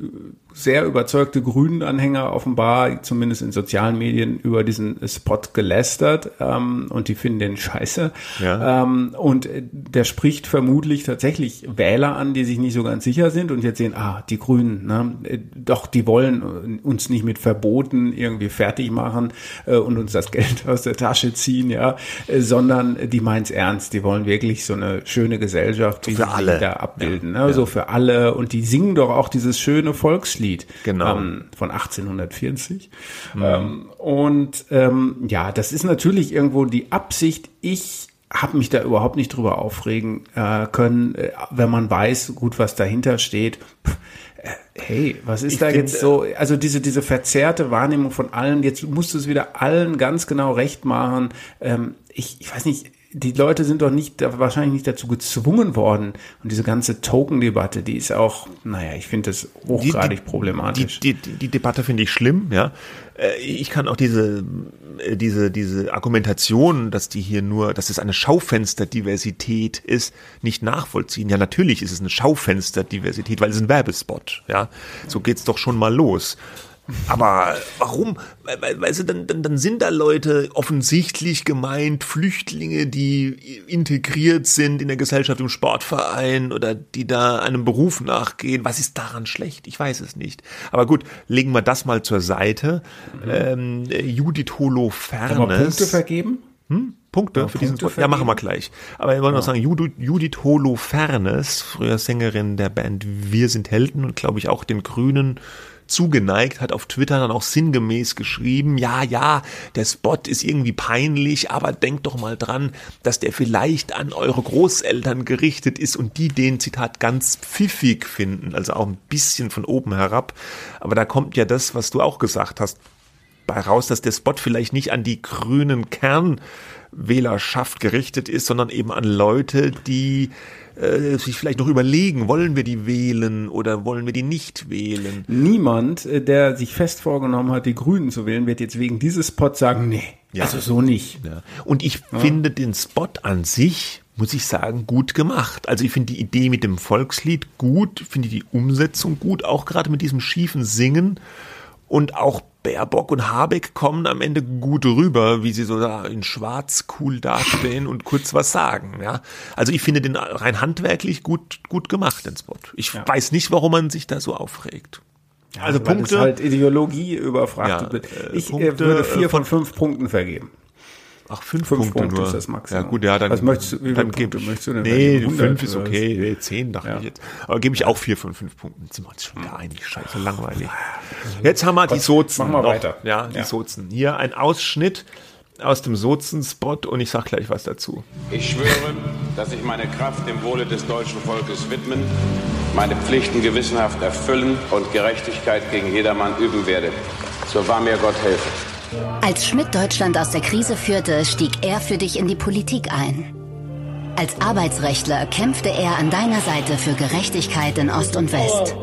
sehr überzeugte Grünen-Anhänger offenbar, zumindest in sozialen Medien, über diesen Spot gelästert ähm, und die finden den scheiße. Ja. Ähm, und der spricht vermutlich tatsächlich Wähler an, die sich nicht so ganz sicher sind und jetzt sehen, ah, die Grünen, ne, doch, die wollen uns nicht mit Verboten irgendwie fertig machen äh, und uns das Geld aus der Tasche ziehen, ja, äh, sondern die meinen es ernst. Die wollen wirklich so eine schöne Gesellschaft, wie für sie alle. da abbilden, ja. ne, so für alle. Und die singen doch auch dieses schöne Volkslied genau. ähm, von achtzehnhundertvierzig. Mhm. Ähm, und ähm, ja, das ist natürlich irgendwo die Absicht. Ich habe mich da überhaupt nicht drüber aufregen äh, können, äh, wenn man weiß, gut, was dahinter steht. Pff, äh, hey, was ist ich da find, jetzt so? Also diese diese verzerrte Wahrnehmung von allen. Jetzt musst du es wieder allen ganz genau recht machen. Ähm, ich, ich weiß nicht. Die Leute sind doch nicht, wahrscheinlich nicht dazu gezwungen worden. Und diese ganze Token-Debatte, die ist auch, naja, ich finde das hochgradig die, die, problematisch. Die, die, die Debatte finde ich schlimm, ja. Ich kann auch diese, diese, diese Argumentation, dass die hier nur, dass es eine Schaufensterdiversität ist, nicht nachvollziehen. Ja, natürlich ist es eine Schaufensterdiversität, weil es ein Werbespot, ja. So geht's doch schon mal los. Aber warum? Weil, weißt du, dann, dann, dann sind da Leute offensichtlich gemeint, Flüchtlinge, die integriert sind in der Gesellschaft, im Sportverein oder die da einem Beruf nachgehen. Was ist daran schlecht? Ich weiß es nicht. Aber gut, legen wir das mal zur Seite. Mhm. Ähm, Judith Holofernes. Haben wir Punkte vergeben? Hm? Punkte ja, für Punkte diesen Spot? Ja, machen wir gleich. Aber wir wollen ja. noch sagen, Judith, Judith Holofernes, früher Sängerin der Band Wir sind Helden und glaube ich auch den Grünen zugeneigt, hat auf Twitter dann auch sinngemäß geschrieben, ja, ja, der Spot ist irgendwie peinlich, aber denkt doch mal dran, dass der vielleicht an eure Großeltern gerichtet ist und die den, Zitat, ganz pfiffig finden, also auch ein bisschen von oben herab. Aber da kommt ja das, was du auch gesagt hast, bei raus, dass der Spot vielleicht nicht an die grünen Kernwählerschaft gerichtet ist, sondern eben an Leute, die äh, sich vielleicht noch überlegen, wollen wir die wählen oder wollen wir die nicht wählen? Niemand, der sich fest vorgenommen hat, die Grünen zu wählen, wird jetzt wegen dieses Spots sagen, nee, ja. also so nicht. Ja. Und ich ja. finde den Spot an sich, muss ich sagen, gut gemacht. Also ich finde die Idee mit dem Volkslied gut, finde die Umsetzung gut, auch gerade mit diesem schiefen Singen. Und auch Baerbock und Habeck kommen am Ende gut rüber, wie sie so da in schwarz cool dastehen und kurz was sagen. Ja, also ich finde den rein handwerklich gut gut gemacht, den Spot. Ich ja. weiß nicht, warum man sich da so aufregt. Ja, also Punkte. Weil es halt Ideologie überfragt. Ja, ich Punkte, würde vier von fünf Punkten vergeben. Ach, fünf, fünf Punkte, Punkte nur. ist das Maximum. Ja gut, ja, dann, Was möchtest du, wie dann Punkte gebe möchtest du denn? Nee, hundert fünf ist okay, nee, zehn dachte ja. ich jetzt. Aber gebe ich auch vier von fünf Punkten. Sind wir uns schon wieder einig, scheiße, langweilig. Jetzt haben wir die Sozen. Machen wir weiter. Ja, die ja. Sozen. Hier ein Ausschnitt aus dem Sozen-Spot und ich sag gleich was dazu. Ich schwöre, dass ich meine Kraft dem Wohle des deutschen Volkes widmen, meine Pflichten gewissenhaft erfüllen und Gerechtigkeit gegen jedermann üben werde. So wahr mir Gott helfe. Als Schmidt Deutschland aus der Krise führte, stieg er für dich in die Politik ein. Als Arbeitsrechtler kämpfte er an deiner Seite für Gerechtigkeit in Ost und West.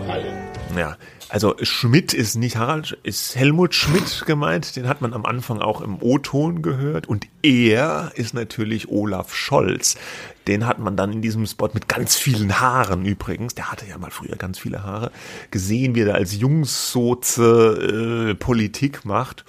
Ja, also Schmidt ist nicht Harald, ist Helmut Schmidt gemeint, den hat man am Anfang auch im O-Ton gehört und er ist natürlich Olaf Scholz. Den hat man dann in diesem Spot mit ganz vielen Haaren übrigens, der hatte ja mal früher ganz viele Haare, gesehen, wie er da als Jungssoze äh, Politik macht.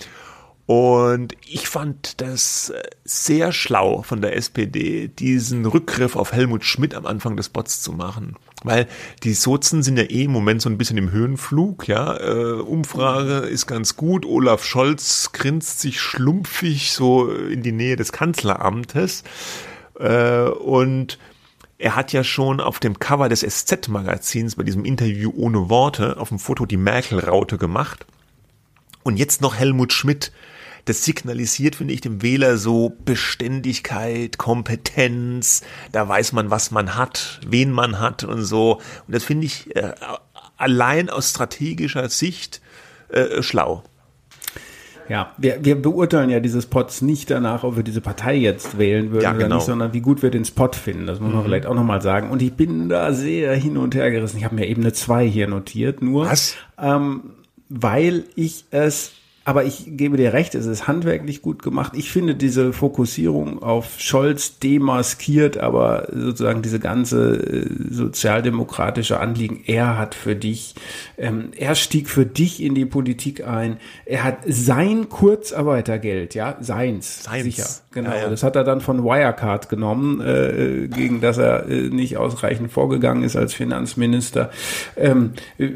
Und ich fand das sehr schlau von der S P D, diesen Rückgriff auf Helmut Schmidt am Anfang des Spots zu machen. Weil die Sozen sind ja eh im Moment so ein bisschen im Höhenflug, ja. Äh, Umfrage ist ganz gut. Olaf Scholz grinst sich schlumpfig so in die Nähe des Kanzleramtes. Äh, und er hat ja schon auf dem Cover des S Z-Magazins bei diesem Interview ohne Worte auf dem Foto die Merkel-Raute gemacht. Und jetzt noch Helmut Schmidt. Das signalisiert, finde ich, dem Wähler so Beständigkeit, Kompetenz. Da weiß man, was man hat, wen man hat und so. Und das finde ich äh, allein aus strategischer Sicht äh, schlau. Ja, wir, wir beurteilen ja diese Spots nicht danach, ob wir diese Partei jetzt wählen würden ja, oder genau. nicht, sondern wie gut wir den Spot finden. Das muss man mhm. vielleicht auch nochmal sagen. Und ich bin da sehr hin und her gerissen. Ich habe mir eben eine zwei hier notiert, nur Was? Ähm, weil ich es, aber ich gebe dir recht, es ist handwerklich gut gemacht. Ich finde diese Fokussierung auf Scholz demaskiert, aber sozusagen diese ganze äh, sozialdemokratische Anliegen, er hat für dich, ähm, er stieg für dich in die Politik ein, er hat sein Kurzarbeitergeld, ja, seins, seins. sicher, genau, ja, ja. das hat er dann von Wirecard genommen, äh, gegen das er äh, nicht ausreichend vorgegangen ist als Finanzminister. Ähm,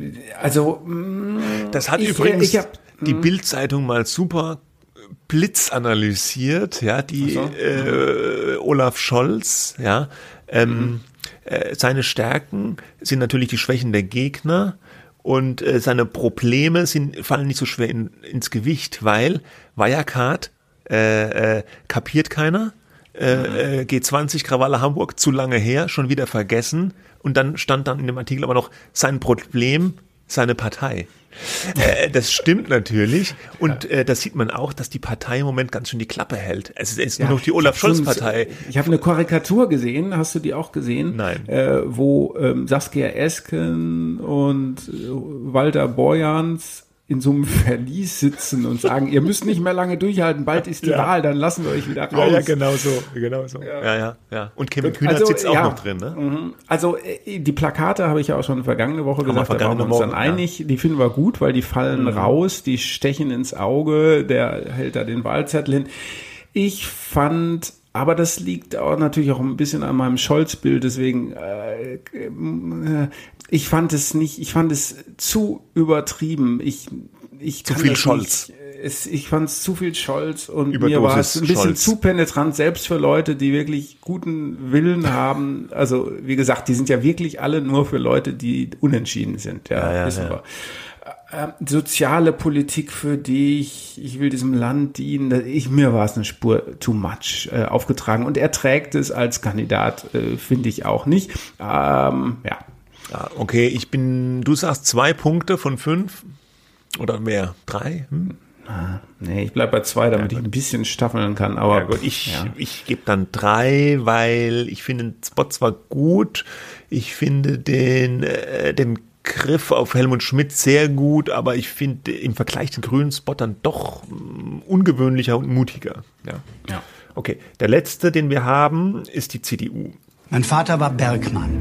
also, mh, das hat ich, übrigens ich hab, die Bild-Zeitung mal super Blitz analysiert, ja, die so. äh, Olaf Scholz, ja, ähm, mhm. äh, seine Stärken sind natürlich die Schwächen der Gegner und äh, seine Probleme sind, fallen nicht so schwer in, ins Gewicht, weil Wirecard äh, äh, kapiert keiner, äh, äh, G zwanzig Krawalle Hamburg, zu lange her, schon wieder vergessen und dann stand dann in dem Artikel aber noch sein Problem, seine Partei. Äh, das stimmt natürlich und äh, das sieht man auch, dass die Partei im Moment ganz schön die Klappe hält. Es ist ja, nur noch die Olaf-Scholz-Partei. Ich habe eine Karikatur gesehen, hast du die auch gesehen? Nein. Äh, wo ähm, Saskia Esken und äh, Walter Borjans in so einem Verlies sitzen und sagen, ihr müsst nicht mehr lange durchhalten, bald ist die ja. Wahl, dann lassen wir euch wieder raus. Ja, ja, genau so. Genau so. Ja, ja, ja. ja. Und Kevin Kühnert also, sitzt auch ja. noch drin, ne? Also die Plakate habe ich ja auch schon vergangene Woche Haben gesagt, da waren wir uns dann ja. einig, die finden wir gut, weil die fallen mhm. raus, die stechen ins Auge, der hält da den Wahlzettel hin. Ich fand, aber das liegt auch natürlich auch ein bisschen an meinem Scholz-Bild, deswegen äh, äh, ich fand es nicht, ich fand es zu übertrieben. Ich, ich zu kann viel das Scholz. Nicht, es, ich fand es zu viel Scholz und Überdosis mir war es ein bisschen Scholz. zu penetrant, selbst für Leute, die wirklich guten Willen haben. Also wie gesagt, die sind ja wirklich alle nur für Leute, die unentschieden sind. Ja, ja, ja wissen ja. wir. Äh, soziale Politik für dich, ich will diesem Land dienen, ich, mir war es eine Spur too much äh, aufgetragen und er trägt es als Kandidat, äh, finde ich auch nicht. Ähm, ja. ja. Okay, ich bin, du sagst zwei Punkte von fünf oder mehr, drei? Hm? Ah, nee, ich bleib bei zwei, damit ja, ich ein bisschen staffeln kann, aber ja, gut, ich, ja. ich gebe dann drei, weil ich finde den Spot zwar gut, ich finde den, äh, den Griff auf Helmut Schmidt sehr gut, aber ich finde im Vergleich den grünen Spot dann doch mh, ungewöhnlicher und mutiger. Ja. Ja. Okay, der letzte, den wir haben, ist die C D U. Mein Vater war Bergmann.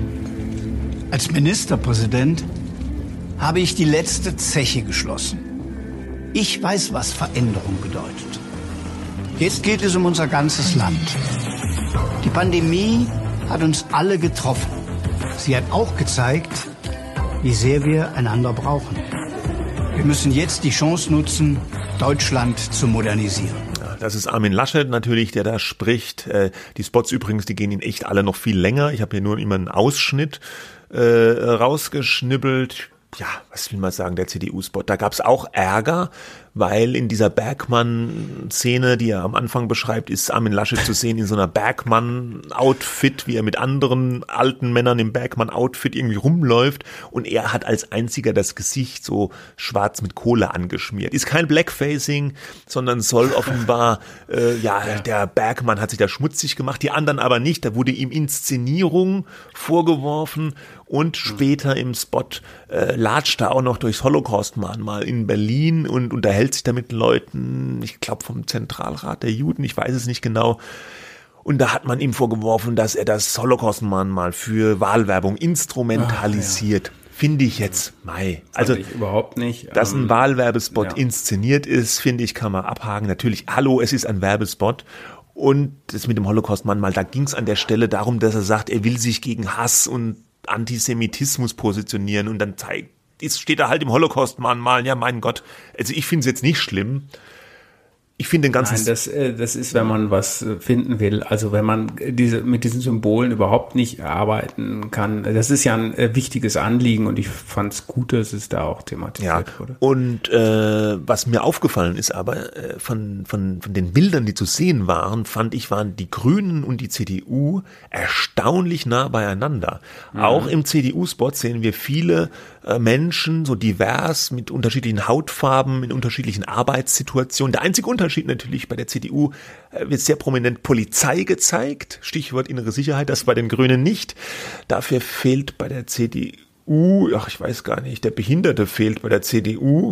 Als Ministerpräsident habe ich die letzte Zeche geschlossen. Ich weiß, was Veränderung bedeutet. Jetzt geht es um unser ganzes Land. Die Pandemie hat uns alle getroffen. Sie hat auch gezeigt, wie sehr wir einander brauchen. Wir müssen jetzt die Chance nutzen, Deutschland zu modernisieren. Ja, das ist Armin Laschet natürlich, der da spricht. Die Spots übrigens, die gehen in echt alle noch viel länger. Ich habe hier nur immer einen Ausschnitt äh, rausgeschnibbelt. Ja, was will man sagen, der C D U-Spot. Da gab es auch Ärger, weil in dieser Bergmann-Szene, die er am Anfang beschreibt, ist Armin Laschet zu sehen in so einer Bergmann-Outfit, wie er mit anderen alten Männern im Bergmann-Outfit irgendwie rumläuft und er hat als einziger das Gesicht so schwarz mit Kohle angeschmiert. Ist kein Blackfacing, sondern soll offenbar, äh, ja, ja, der Bergmann hat sich da schmutzig gemacht, die anderen aber nicht. Da wurde ihm Inszenierung vorgeworfen und später im Spot äh, latscht er auch noch durchs Holocaust-Mahnmal in Berlin und unterhält sich da mit Leuten, ich glaube vom Zentralrat der Juden, ich weiß es nicht genau. Und da hat man ihm vorgeworfen, dass er das Holocaust-Mahnmal für Wahlwerbung instrumentalisiert. Ach, ja. Finde ich jetzt, mei. Also ich überhaupt nicht. Dass ein Wahlwerbespot ja. inszeniert ist, finde ich, kann man abhaken. Natürlich, hallo, es ist ein Werbespot. Und das mit dem Holocaust-Mahnmal, da ging es an der Stelle darum, dass er sagt, er will sich gegen Hass und Antisemitismus positionieren und dann zeigt, es steht da halt im Holocaust-Mahnmal, ja mein Gott, also ich finde es jetzt nicht schlimm, Ich finde den ganzen... Nein, das, äh, das ist, wenn man was finden will, also wenn man diese mit diesen Symbolen überhaupt nicht arbeiten kann. Das ist ja ein äh, wichtiges Anliegen und ich fand es gut, dass es da auch thematisiert ja. wurde. Und äh, was mir aufgefallen ist aber, äh, von, von, von den Bildern, die zu sehen waren, fand ich, waren die Grünen und die C D U erstaunlich nah beieinander. Mhm. Auch im C D U-Spot sehen wir viele äh, Menschen, so divers, mit unterschiedlichen Hautfarben, in unterschiedlichen Arbeitssituationen. Der einzige Unterschied natürlich bei der C D U äh, wird sehr prominent Polizei gezeigt, Stichwort innere Sicherheit, das bei den Grünen nicht. Dafür fehlt bei der C D U, ach ich weiß gar nicht, der Behinderte fehlt bei der C D U,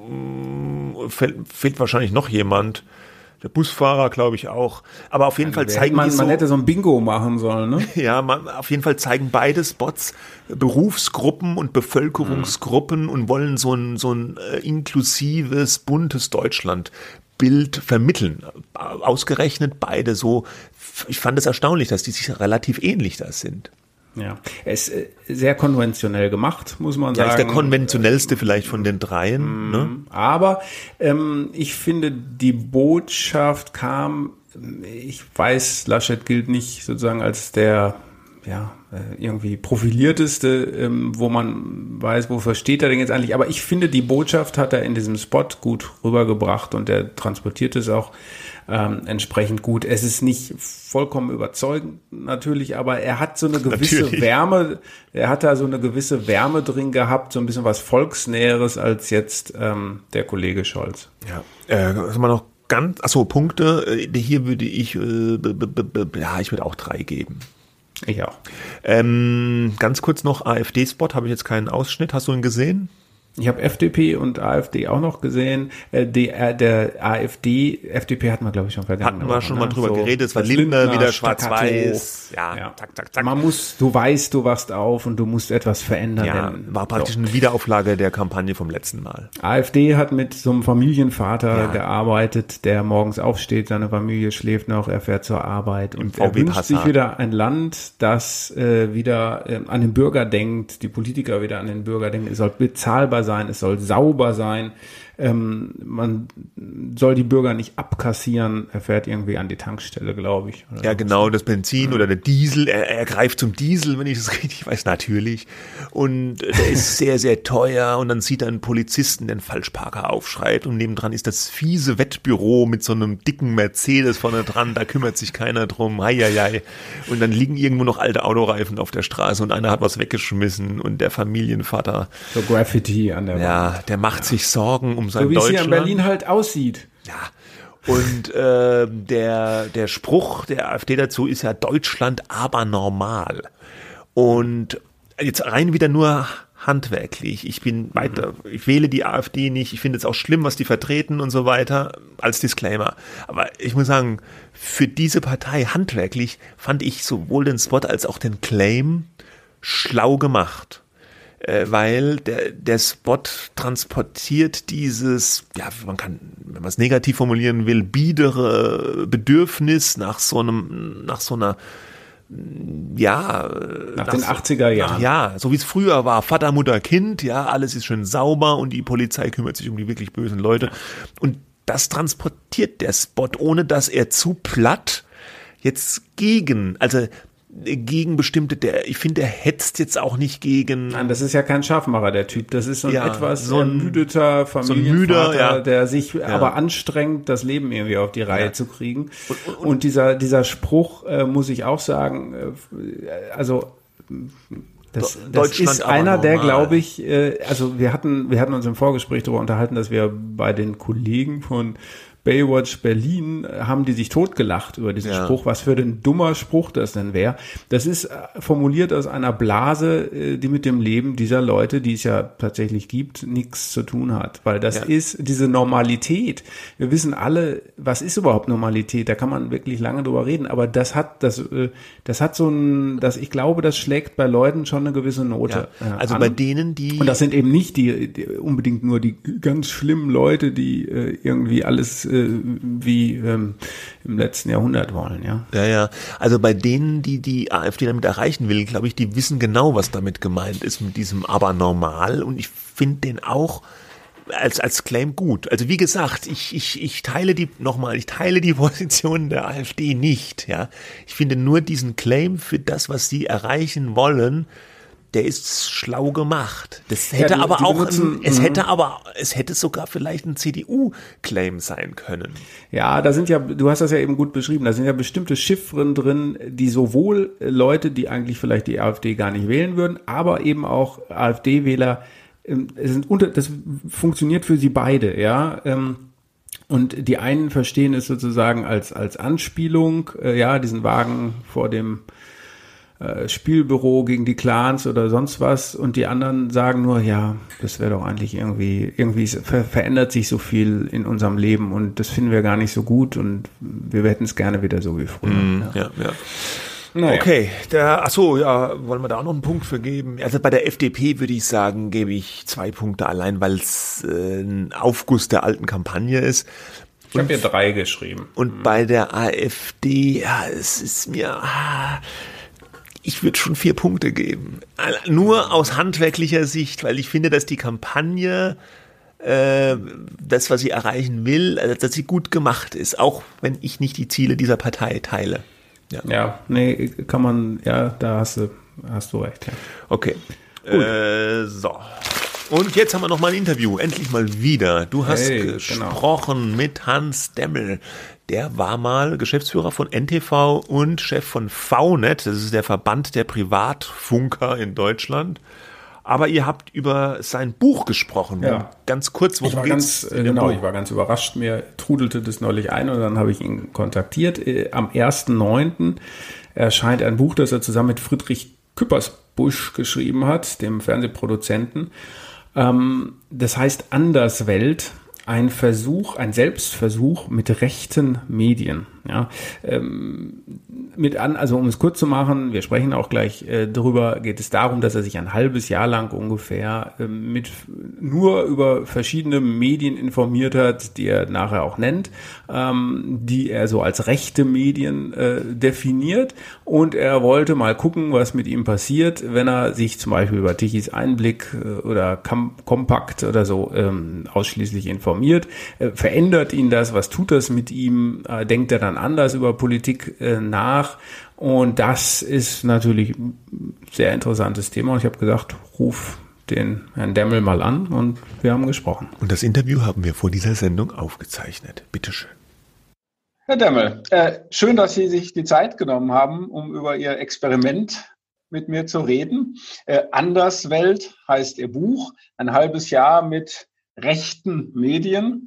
fehlt, fehlt wahrscheinlich noch jemand. Der Busfahrer, glaube ich, auch. Aber auf jeden also Fall zeigen man, die so, man hätte so ein Bingo machen sollen, ne? Ja, man, auf jeden Fall zeigen beide Spots Berufsgruppen und Bevölkerungsgruppen mhm. und wollen so ein, so ein äh, inklusives, buntes Deutschland-Bild vermitteln. Ausgerechnet beide so. Ich fand es erstaunlich, dass die sich relativ ähnlich da sind. Ja, es ist sehr konventionell gemacht, muss man sagen. Ja, ist der konventionellste vielleicht von den dreien. Mm, ne? Aber ähm, ich finde, die Botschaft kam, ich weiß, Laschet gilt nicht sozusagen als der ja irgendwie profilierteste, ähm, wo man weiß, wofür steht er denn jetzt eigentlich. Aber ich finde, die Botschaft hat er in diesem Spot gut rübergebracht und er transportiert es auch Ähm, entsprechend gut. Es ist nicht vollkommen überzeugend natürlich, aber er hat so eine gewisse natürlich. Wärme, er hat da so eine gewisse Wärme drin gehabt, so ein bisschen was Volksnäheres als jetzt ähm, der Kollege Scholz. Ja, äh, was man noch ganz, achso, Punkte, hier würde ich, äh, b, b, b, ja, ich würde auch drei geben. Ich auch. Ähm, ganz kurz noch AfD-Spot, habe ich jetzt keinen Ausschnitt, hast du ihn gesehen? Ich habe F D P und AfD auch noch gesehen. Äh, die, äh, der AfD, F D P hatten wir, glaube ich, schon vergangen. Hatten wir schon mal drüber so, geredet. Es war Lindner, wieder schwarz-weiß. Ja, ja, zack, zack, zack. Man muss, du weißt, du wachst auf und du musst etwas verändern. Ja, denn, war praktisch so. eine Wiederauflage der Kampagne vom letzten Mal. AfD hat mit so einem Familienvater ja. gearbeitet, der morgens aufsteht, seine Familie schläft noch, er fährt zur Arbeit und er wünscht sich wieder ein Land, das äh, wieder äh, an den Bürger denkt, die Politiker wieder an den Bürger denken, es soll bezahlbar sein, es soll sauber sein, ähm, man soll die Bürger nicht abkassieren, er fährt irgendwie an die Tankstelle, glaube ich. Oder ja, genau, das Benzin mhm. oder der Diesel, er, er greift zum Diesel, wenn ich das richtig weiß, natürlich. Und der ist sehr, sehr teuer und dann sieht er einen Polizisten, der einen Falschparker aufschreibt und nebendran ist das fiese Wettbüro mit so einem dicken Mercedes vorne dran, da kümmert sich keiner drum, heieiei. Und dann liegen irgendwo noch alte Autoreifen auf der Straße und einer hat was weggeschmissen und der Familienvater. So Graffiti an der Wand. Ja, der macht ja. sich Sorgen um sein so wie Deutschland. es hier in Berlin halt aussieht. Ja. Und äh, der der Spruch der AfD dazu ist ja Deutschland aber normal. Und jetzt rein wieder nur handwerklich. Ich bin weiter, ich wähle die AfD nicht. Ich finde es auch schlimm, was die vertreten und so weiter, als Disclaimer. Aber ich muss sagen, für diese Partei handwerklich fand ich sowohl den Spot als auch den Claim schlau gemacht. Weil der, der Spot transportiert dieses, ja, man kann, wenn man es negativ formulieren will, biedere Bedürfnis nach so einem, nach so einer, ja, nach, nach den so, achtziger Jahren. Ach, ja, so wie es früher war, Vater, Mutter, Kind, ja, alles ist schön sauber und die Polizei kümmert sich um die wirklich bösen Leute. Und das transportiert der Spot, ohne dass er zu platt jetzt gegen, also gegen bestimmte, der, ich finde, der hetzt jetzt auch nicht gegen. Nein, das ist ja kein Scharfmacher, der Typ. Das ist so ein ja, etwas so ein ermüdeter Familienvater, so ein müder, ja. der sich ja. aber anstrengt, das Leben irgendwie auf die Reihe ja. zu kriegen. Und, und, und, und dieser, dieser Spruch, äh, muss ich auch sagen, äh, also, das, das ist einer, der, glaube ich, äh, also wir hatten, wir hatten uns im Vorgespräch darüber unterhalten, dass wir bei den Kollegen von Baywatch Berlin haben die sich totgelacht über diesen ja. Spruch, was für ein dummer Spruch das denn wäre. Das ist formuliert aus einer Blase, die mit dem Leben dieser Leute, die es ja tatsächlich gibt, nichts zu tun hat. Weil das ja. ist diese Normalität. Wir wissen alle, was ist überhaupt Normalität? Da kann man wirklich lange drüber reden. Aber das hat, das, das hat so ein, das, ich glaube, das schlägt bei Leuten schon eine gewisse Note ja. Also an. bei denen, die... Und das sind eben nicht die, die unbedingt nur die ganz schlimmen Leute, die äh, irgendwie alles wie ähm, im letzten Jahrhundert wollen, ja. Ja, ja. Also bei denen, die die AfD damit erreichen will, glaube ich, die wissen genau, was damit gemeint ist mit diesem aber normal. Und ich finde den auch als, als Claim gut. Also wie gesagt, ich, ich, ich teile die, nochmal, ich teile die Position der AfD nicht, ja. Ich finde nur diesen Claim für das, was sie erreichen wollen, der ist schlau gemacht. Das hätte ja, die, aber die auch, benutzen, ein, es m- hätte aber, es hätte sogar vielleicht ein C D U-Claim sein können. Ja, da sind ja, du hast das ja eben gut beschrieben, da sind ja bestimmte Chiffren drin, die sowohl Leute, die eigentlich vielleicht die AfD gar nicht wählen würden, aber eben auch AfD-Wähler, es sind unter, das funktioniert für sie beide, ja. Und die einen verstehen es sozusagen als, als Anspielung, ja, diesen Wagen vor dem Spielbüro gegen die Clans oder sonst was, und die anderen sagen nur, ja, das wäre doch eigentlich irgendwie, irgendwie ver- verändert sich so viel in unserem Leben und das finden wir gar nicht so gut und wir hätten es gerne wieder so wie früher. Mm, ja, ja. ja. Naja. Okay, der, ach so, ja, wollen wir da auch noch einen Punkt für geben? Also bei der F D P würde ich sagen, gebe ich zwei Punkte allein, weil es äh, ein Aufguss der alten Kampagne ist. Ich habe hier drei geschrieben. Und mhm. bei der AfD, ja, es ist mir... Ah, ich würde schon vier Punkte geben. Nur aus handwerklicher Sicht, weil ich finde, dass die Kampagne, äh, das, was sie erreichen will, also dass sie gut gemacht ist, auch wenn ich nicht die Ziele dieser Partei teile. Ja, ja nee, kann man, ja, da hast du, hast du recht. Ja. Okay. Äh, so. Und jetzt haben wir noch mal ein Interview, endlich mal wieder. Du hast hey, gesprochen genau. mit Hans Demmel. Der war mal Geschäftsführer von N T V und Chef von V net. Das ist der Verband der Privatfunker in Deutschland. Aber ihr habt über sein Buch gesprochen. Ja. Ganz kurz, worum geht's? Ganz, genau, Buch? Ich war ganz überrascht. Mir trudelte das neulich ein und dann habe ich ihn kontaktiert. Am ersten neunten erscheint ein Buch, das er zusammen mit Friedrich Küppersbusch geschrieben hat, dem Fernsehproduzenten. Das heißt Anderswelt. Ein Versuch, ein Selbstversuch mit rechten Medien. Ja, ähm, mit an, also um es kurz zu machen, wir sprechen auch gleich äh, darüber, geht es darum, dass er sich ein halbes Jahr lang ungefähr äh, mit nur über verschiedene Medien informiert hat, die er nachher auch nennt, ähm, die er so als rechte Medien äh, definiert, und er wollte mal gucken, was mit ihm passiert, wenn er sich zum Beispiel über Tichys Einblick äh, oder Kam- Kompakt oder so ähm, ausschließlich informiert. Äh, verändert ihn das? Was tut das mit ihm? Äh, denkt er dann anders über Politik äh, nach? Und das ist natürlich ein sehr interessantes Thema. Und ich habe gesagt, ruf den Herrn Demmel mal an, und wir haben gesprochen. Und das Interview haben wir vor dieser Sendung aufgezeichnet. Bitteschön. Herr Demmel, äh, schön, dass Sie sich die Zeit genommen haben, um über Ihr Experiment mit mir zu reden. Äh, Anderswelt heißt Ihr Buch, ein halbes Jahr mit rechten Medien.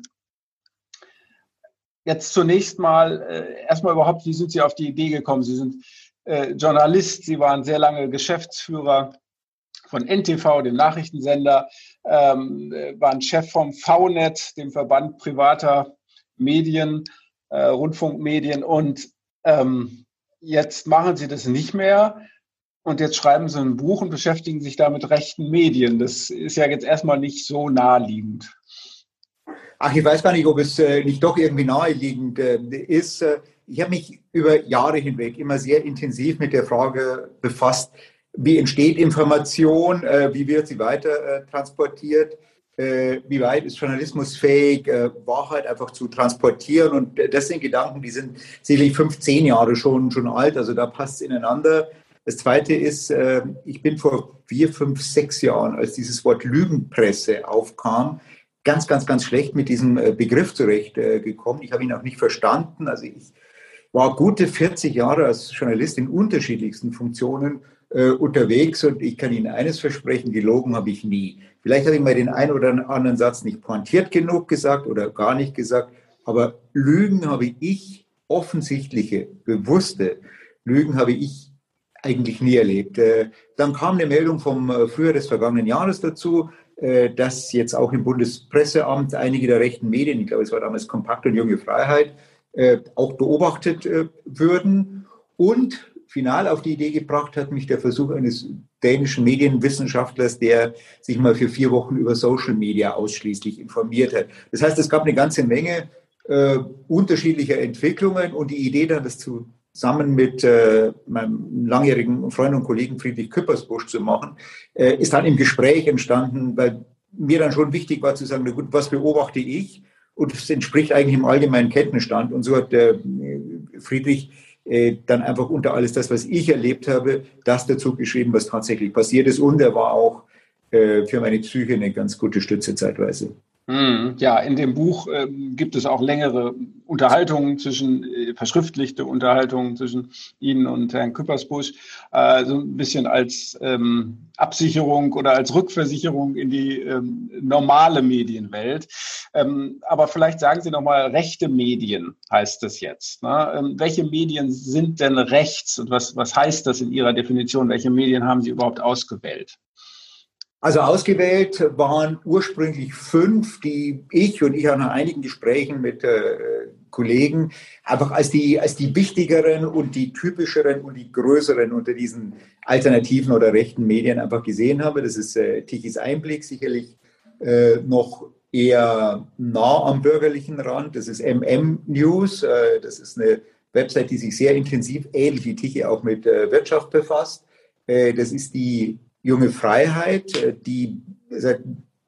Jetzt zunächst mal, äh, erstmal überhaupt, wie sind Sie auf die Idee gekommen? Sie sind äh, Journalist, Sie waren sehr lange Geschäftsführer von N T V, dem Nachrichtensender, ähm, waren Chef vom V net, dem Verband privater Medien, äh, Rundfunkmedien, und ähm, jetzt machen Sie das nicht mehr. Und jetzt schreiben Sie ein Buch und beschäftigen sich da mit rechten Medien. Das ist ja jetzt erstmal nicht so naheliegend. Ach, ich weiß gar nicht, ob es äh, nicht doch irgendwie naheliegend äh, ist. Äh, ich habe mich über Jahre hinweg immer sehr intensiv mit der Frage befasst, wie entsteht Information, äh, wie wird sie weiter äh, transportiert, äh, wie weit ist Journalismus fähig, äh, Wahrheit einfach zu transportieren. Und äh, das sind Gedanken, die sind sicherlich fünfzehn Jahre schon, schon alt, also da passt es ineinander. Das Zweite ist, äh, ich bin vor vier, fünf, sechs Jahren, als dieses Wort Lügenpresse aufkam, ganz, ganz, ganz schlecht mit diesem Begriff zurechtgekommen. Ich habe ihn auch nicht verstanden. Also ich war gute vierzig Jahre als Journalist in unterschiedlichsten Funktionen äh, unterwegs, und ich kann Ihnen eines versprechen, gelogen habe ich nie. Vielleicht habe ich mal den einen oder anderen Satz nicht pointiert genug gesagt oder gar nicht gesagt, aber Lügen habe ich, offensichtliche, bewusste Lügen habe ich eigentlich nie erlebt. Äh, dann kam eine Meldung vom äh, Frühjahr des vergangenen Jahres dazu, dass jetzt auch im Bundespresseamt einige der rechten Medien, ich glaube, es war damals Kompakt und Junge Freiheit, auch beobachtet würden. Und final auf die Idee gebracht hat mich der Versuch eines dänischen Medienwissenschaftlers, der sich mal für vier Wochen über Social Media ausschließlich informiert hat. Das heißt, es gab eine ganze Menge äh, unterschiedlicher Entwicklungen, und die Idee dann, das zu zusammen mit äh, meinem langjährigen Freund und Kollegen Friedrich Küppersbusch zu machen, äh, ist dann im Gespräch entstanden, weil mir dann schon wichtig war zu sagen, na gut, was beobachte ich? Und es entspricht eigentlich im allgemeinen Kenntnisstand. Und so hat der Friedrich äh, dann einfach unter alles das, was ich erlebt habe, das dazu geschrieben, was tatsächlich passiert ist. Und er war auch äh, für meine Psyche eine ganz gute Stütze zeitweise. Ja, in dem Buch äh, gibt es auch längere Unterhaltungen zwischen, äh, verschriftlichte Unterhaltungen zwischen Ihnen und Herrn Küppersbusch, äh, so ein bisschen als ähm, Absicherung oder als Rückversicherung in die ähm, normale Medienwelt. Ähm, aber vielleicht sagen Sie nochmal, rechte Medien heißt das jetzt. Ne? Ähm, welche Medien sind denn rechts und was, was heißt das in Ihrer Definition? Welche Medien haben Sie überhaupt ausgewählt? Also ausgewählt waren ursprünglich fünf, die ich und ich auch nach einigen Gesprächen mit äh, Kollegen einfach als die, als die wichtigeren und die typischeren und die größeren unter diesen alternativen oder rechten Medien einfach gesehen habe. Das ist äh, Tichys Einblick, sicherlich äh, noch eher nah am bürgerlichen Rand. Das ist M M News, äh, das ist eine Website, die sich sehr intensiv, ähnlich wie Tichy, auch mit äh, Wirtschaft befasst. Äh, das ist die Junge Freiheit, die seit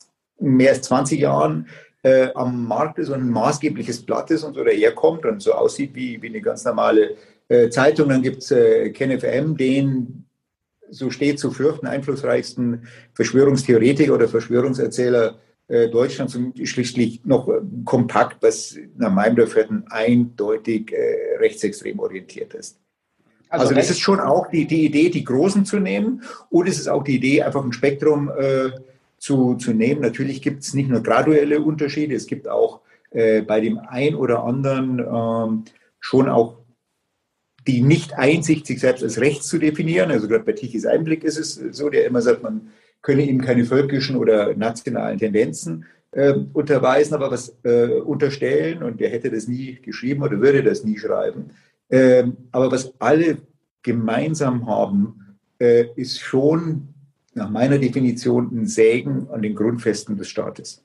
mehr als zwanzig Jahren äh, am Markt ist und ein maßgebliches Blatt ist und so daherkommt und so aussieht wie, wie eine ganz normale äh, Zeitung. Dann gibt es äh, KenFM, den, so steht zu fürchten, einflussreichsten Verschwörungstheoretiker oder Verschwörungserzähler äh, Deutschlands und schließlich noch äh, kompakt, was nach meinem Dafürhalten eindeutig äh, rechtsextrem orientiert ist. Also, also das ist schon auch die, die Idee, die Großen zu nehmen, und es ist auch die Idee, einfach ein Spektrum äh, zu, zu nehmen. Natürlich gibt es nicht nur graduelle Unterschiede, es gibt auch äh, bei dem ein oder anderen ähm, schon auch die Nicht-Einsicht, sich selbst als rechts zu definieren. Also gerade bei Tichys Einblick ist es so, der immer sagt, man könne ihm keine völkischen oder nationalen Tendenzen äh, unterweisen, aber was äh, unterstellen, und der hätte das nie geschrieben oder würde das nie schreiben. Ähm, aber was alle gemeinsam haben, äh, ist schon nach meiner Definition ein Sägen an den Grundfesten des Staates.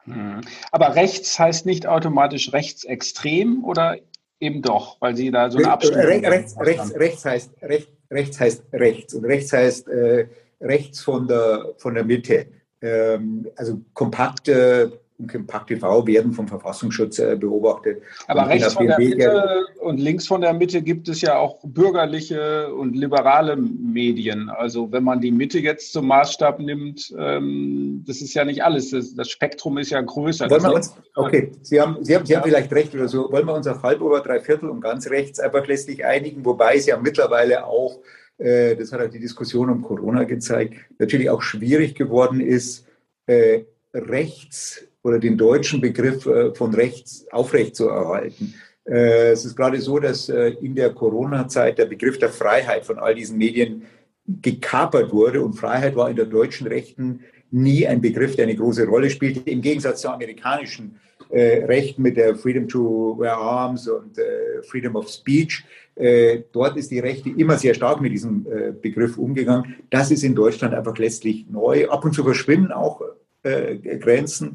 Aber rechts heißt nicht automatisch rechtsextrem oder eben doch, weil Sie da so eine Abstimmung Re rechts, rechts, rechts, heißt, rechts, rechts heißt rechts und rechts heißt äh, rechts von der, von der Mitte. Ähm, also kompakte und Compact T V werden vom Verfassungsschutz äh, beobachtet. Aber rechts von der Mitte und links von der Mitte gibt es ja auch bürgerliche und liberale Medien. Also wenn man die Mitte jetzt zum Maßstab nimmt, ähm, das ist ja nicht alles. Das, das Spektrum ist ja größer. Wollen wir uns, okay, Sie haben, Sie haben, Sie haben vielleicht recht oder so. Wollen wir uns auf halb oder drei Viertel und ganz rechts einfach letztlich einigen, wobei es ja mittlerweile auch, äh, das hat auch die Diskussion um Corona gezeigt, natürlich auch schwierig geworden ist, äh, rechts oder den deutschen Begriff äh, von rechts aufrechtzuerhalten. Äh, es ist gerade so, dass äh, in der Corona-Zeit der Begriff der Freiheit von all diesen Medien gekapert wurde, und Freiheit war in der deutschen Rechten nie ein Begriff, der eine große Rolle spielte, im Gegensatz zur amerikanischen äh, Rechten mit der Freedom to Wear Arms und äh, Freedom of Speech. Äh, dort ist die Rechte immer sehr stark mit diesem äh, Begriff umgegangen. Das ist in Deutschland einfach letztlich neu. Ab und zu verschwimmen auch äh, Grenzen.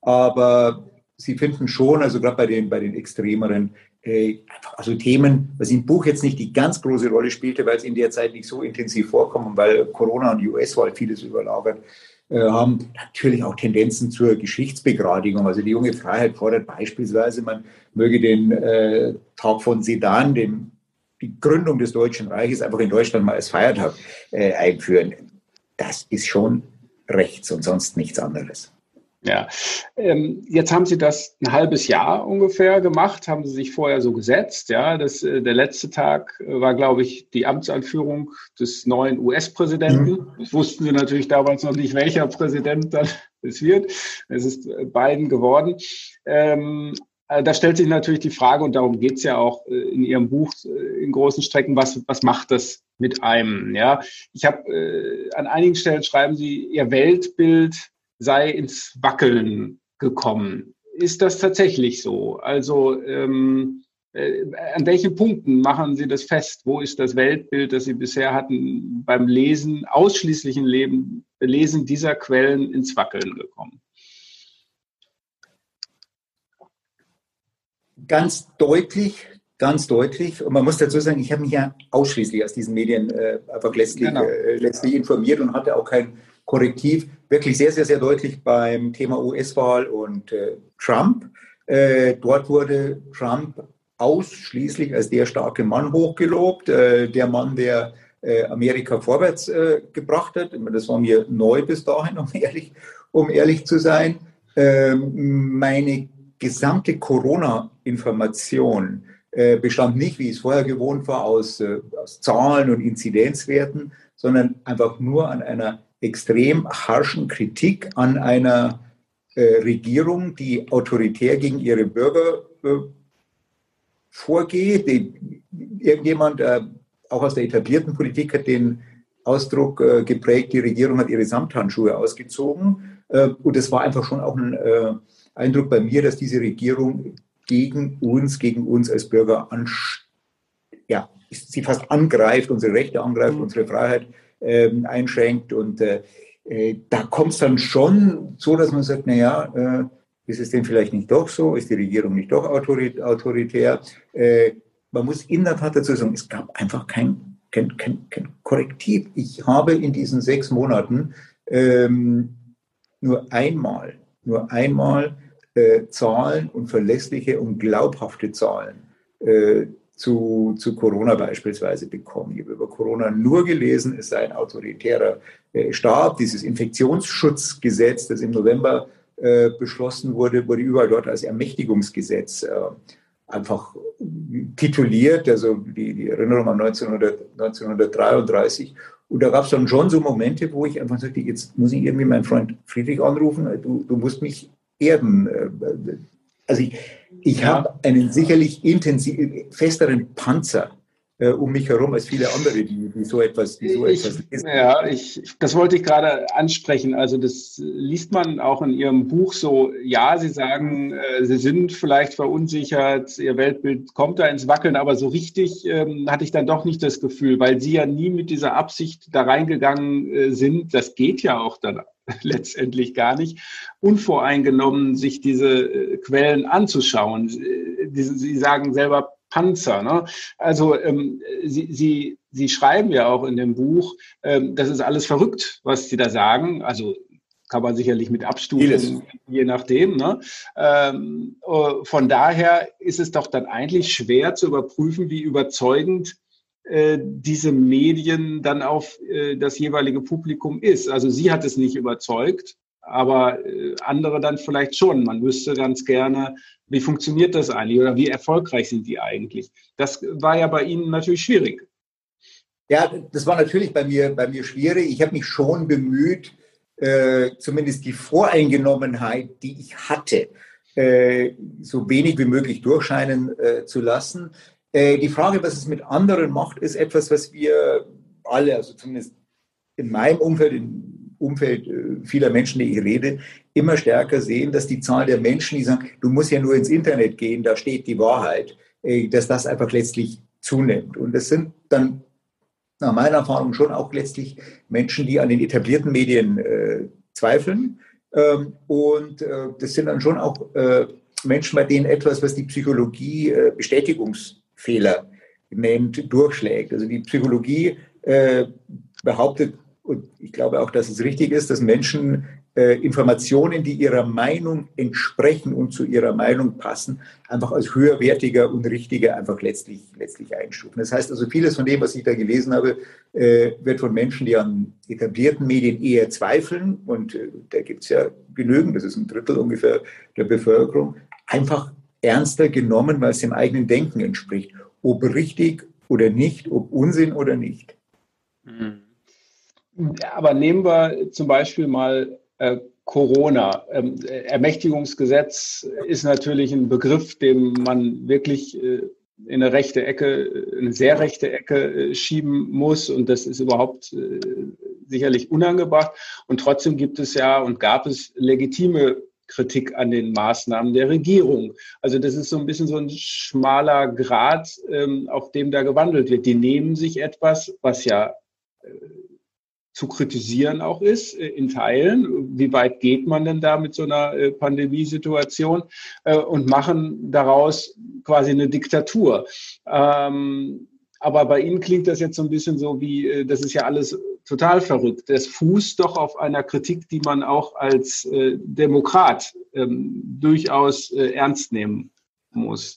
Aber Sie finden schon, also gerade bei den, bei den extremeren, äh, also Themen, was im Buch jetzt nicht die ganz große Rolle spielte, weil es in der Zeit nicht so intensiv vorkommt und weil Corona und die U S-Wahl vieles überlagert äh, haben, natürlich auch Tendenzen zur Geschichtsbegradigung. Also die Junge Freiheit fordert beispielsweise, man möge den äh, Tag von Sedan, den, die Gründung des Deutschen Reiches, einfach in Deutschland mal als Feiertag äh, einführen. Das ist schon rechts und sonst nichts anderes. Ja, ähm, jetzt haben Sie das ein halbes Jahr ungefähr gemacht, haben Sie sich vorher so gesetzt. Ja, das, äh, der letzte Tag war, glaube ich, die Amtsanführung des neuen U S-Präsidenten. Mhm. Das wussten Sie natürlich damals noch nicht, welcher Präsident dann es wird. Es ist Biden geworden. Ähm, da stellt sich natürlich die Frage, und darum geht es ja auch in Ihrem Buch in großen Strecken, was, was macht das mit einem? Ja, ich habe äh, an einigen Stellen schreiben Sie, Ihr Weltbild sei ins Wackeln gekommen. Ist das tatsächlich so? Also ähm, äh, an welchen Punkten machen Sie das fest? Wo ist das Weltbild, das Sie bisher hatten, beim Lesen, ausschließlichen Leben, Lesen dieser Quellen ins Wackeln gekommen? Ganz deutlich, ganz deutlich. Und man muss dazu sagen, ich habe mich ja ausschließlich aus diesen Medien äh, einfach letztlich, genau. äh, letztlich informiert und hatte auch kein Korrektiv wirklich sehr, sehr, sehr deutlich beim Thema U S-Wahl und äh, Trump. Äh, dort wurde Trump ausschließlich als der starke Mann hochgelobt, äh, der Mann, der äh, Amerika vorwärts äh, gebracht hat. Das war mir neu bis dahin, um ehrlich, um ehrlich zu sein. Ähm, meine gesamte Corona-Information äh, bestand nicht, wie ich es vorher gewohnt war, aus, äh, aus Zahlen und Inzidenzwerten, sondern einfach nur an einer extrem harschen Kritik an einer äh, Regierung, die autoritär gegen ihre Bürger äh, vorgeht. Die, irgendjemand, äh, auch aus der etablierten Politik, hat den Ausdruck äh, geprägt, die Regierung hat ihre Samthandschuhe ausgezogen. Äh, und es war einfach schon auch ein äh, Eindruck bei mir, dass diese Regierung gegen uns, gegen uns als Bürger ansch- ja, sie fast angreift, unsere Rechte angreift, mhm. unsere Freiheit ähm, einschränkt. Und äh, äh, da kommt es dann schon so, dass man sagt, naja, äh, ist es denn vielleicht nicht doch so? Ist die Regierung nicht doch autorit- autoritär? Äh, man muss in der Tat dazu sagen, es gab einfach kein, kein, kein, kein Korrektiv. Ich habe in diesen sechs Monaten ähm, nur einmal, nur einmal äh, Zahlen und verlässliche und glaubhafte Zahlen äh, zu, zu Corona beispielsweise bekommen. Ich habe über Corona nur gelesen, es sei ein autoritärer äh, Staat. Dieses Infektionsschutzgesetz, das im November äh, beschlossen wurde, wurde überall dort als Ermächtigungsgesetz äh, einfach tituliert. Also die, die Erinnerung an neunzehnhundert, neunzehnhundertdreiunddreißig. Und da gab es dann schon so Momente, wo ich einfach sagte, jetzt muss ich irgendwie meinen Freund Friedrich anrufen, du, du musst mich erden. Also ich, ich ja. habe einen sicherlich intensiv, festeren Panzer äh, um mich herum als viele andere, die, die so etwas, die so ich, etwas lesen. Ja, ich, das wollte ich gerade ansprechen. Also das liest man auch in Ihrem Buch so. Ja, Sie sagen, äh, Sie sind vielleicht verunsichert, Ihr Weltbild kommt da ins Wackeln, aber so richtig ähm, hatte ich dann doch nicht das Gefühl, weil Sie ja nie mit dieser Absicht da reingegangen äh, sind. Das geht ja auch dann letztendlich gar nicht, unvoreingenommen sich diese äh, Quellen anzuschauen. Äh, die, Sie sagen selber Panzer. Ne? Also ähm, Sie, Sie, Sie schreiben ja auch in dem Buch, ähm, das ist alles verrückt, was Sie da sagen. Also kann man sicherlich mit abstufen, je nachdem. Ne? Ähm, äh, von daher ist es doch dann eigentlich schwer zu überprüfen, wie überzeugend diese Medien dann auf äh, das jeweilige Publikum ist. Also sie hat es nicht überzeugt, aber äh, andere dann vielleicht schon. Man wüsste ganz gerne, wie funktioniert das eigentlich oder wie erfolgreich sind die eigentlich. Das war ja bei Ihnen natürlich schwierig. Ja, das war natürlich bei mir, bei mir schwierig. Ich habe mich schon bemüht, äh, zumindest die Voreingenommenheit, die ich hatte, äh, so wenig wie möglich durchscheinen äh, zu lassen. Die Frage, was es mit anderen macht, ist etwas, was wir alle, also zumindest in meinem Umfeld, im Umfeld vieler Menschen, die ich rede, immer stärker sehen, dass die Zahl der Menschen, die sagen, du musst ja nur ins Internet gehen, da steht die Wahrheit, dass das einfach letztlich zunimmt. Und das sind dann nach meiner Erfahrung schon auch letztlich Menschen, die an den etablierten Medien äh, zweifeln. Ähm, und äh, das sind dann schon auch äh, Menschen, bei denen etwas, was die Psychologie äh, Bestätigungs Fehler nennt, durchschlägt. Also die Psychologie äh, behauptet, und ich glaube auch, dass es richtig ist, dass Menschen äh, Informationen, die ihrer Meinung entsprechen und zu ihrer Meinung passen, einfach als höherwertiger und richtiger einfach letztlich, letztlich einstufen. Das heißt also, vieles von dem, was ich da gelesen habe, äh, wird von Menschen, die an etablierten Medien eher zweifeln, und äh, da gibt es ja genügend, das ist ein Drittel ungefähr der Bevölkerung, einfach ernster genommen, weil es dem eigenen Denken entspricht. Ob richtig oder nicht, ob Unsinn oder nicht. Aber nehmen wir zum Beispiel mal äh, Corona. Ähm, Ermächtigungsgesetz ist natürlich ein Begriff, den man wirklich äh, in eine rechte Ecke, eine sehr rechte Ecke äh, schieben muss. Und das ist überhaupt äh, sicherlich unangebracht. Und trotzdem gibt es ja und gab es legitime Kritik an den Maßnahmen der Regierung. Also das ist so ein bisschen so ein schmaler Grat, ähm, auf dem da gewandelt wird. Die nehmen sich etwas, was ja äh, zu kritisieren auch ist, äh, in Teilen. Wie weit geht man denn da mit so einer äh, Pandemiesituation äh, und machen daraus quasi eine Diktatur. Ähm, aber bei Ihnen klingt das jetzt so ein bisschen so wie, äh, das ist ja alles total verrückt. Das fußt doch auf einer Kritik, die man auch als äh, Demokrat ähm, durchaus äh, ernst nehmen muss.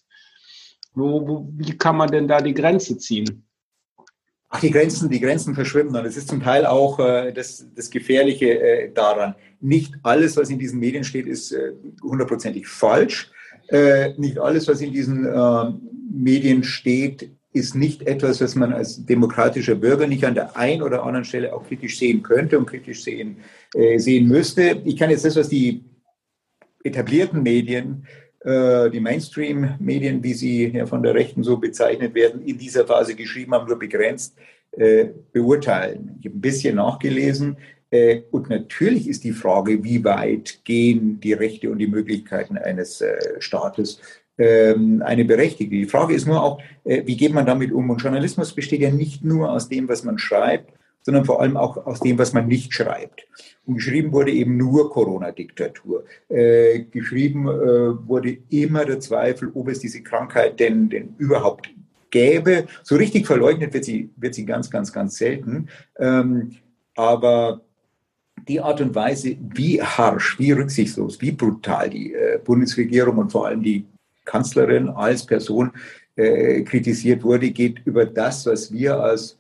Wo, wo, wie kann man denn da die Grenze ziehen? Ach, die Grenzen, die Grenzen verschwimmen. Und es ist zum Teil auch äh, das, das Gefährliche äh, daran. Nicht alles, was in diesen Medien steht, ist äh, hundertprozentig falsch. Äh, nicht alles, was in diesen äh, Medien steht, ist nicht etwas, was man als demokratischer Bürger nicht an der einen oder anderen Stelle auch kritisch sehen könnte und kritisch sehen, äh, sehen müsste. Ich kann jetzt das, was die etablierten Medien, äh, die Mainstream-Medien, wie sie ja von der Rechten so bezeichnet werden, in dieser Phase geschrieben haben, nur begrenzt äh, beurteilen. Ich habe ein bisschen nachgelesen. Äh, und natürlich ist die Frage, wie weit gehen die Rechte und die Möglichkeiten eines äh, Staates, ähm, eine berechtigte. Die Frage ist nur auch, äh, wie geht man damit um? Und Journalismus besteht ja nicht nur aus dem, was man schreibt, sondern vor allem auch aus dem, was man nicht schreibt. Und geschrieben wurde eben nur Corona-Diktatur. Äh, geschrieben äh, wurde immer der Zweifel, ob es diese Krankheit denn, denn überhaupt gäbe. So richtig verleugnet wird sie, wird sie ganz, ganz, ganz selten. Ähm, aber die Art und Weise, wie harsch, wie rücksichtslos, wie brutal die äh, Bundesregierung und vor allem die Kanzlerin als Person äh, kritisiert wurde, geht über das, was wir als,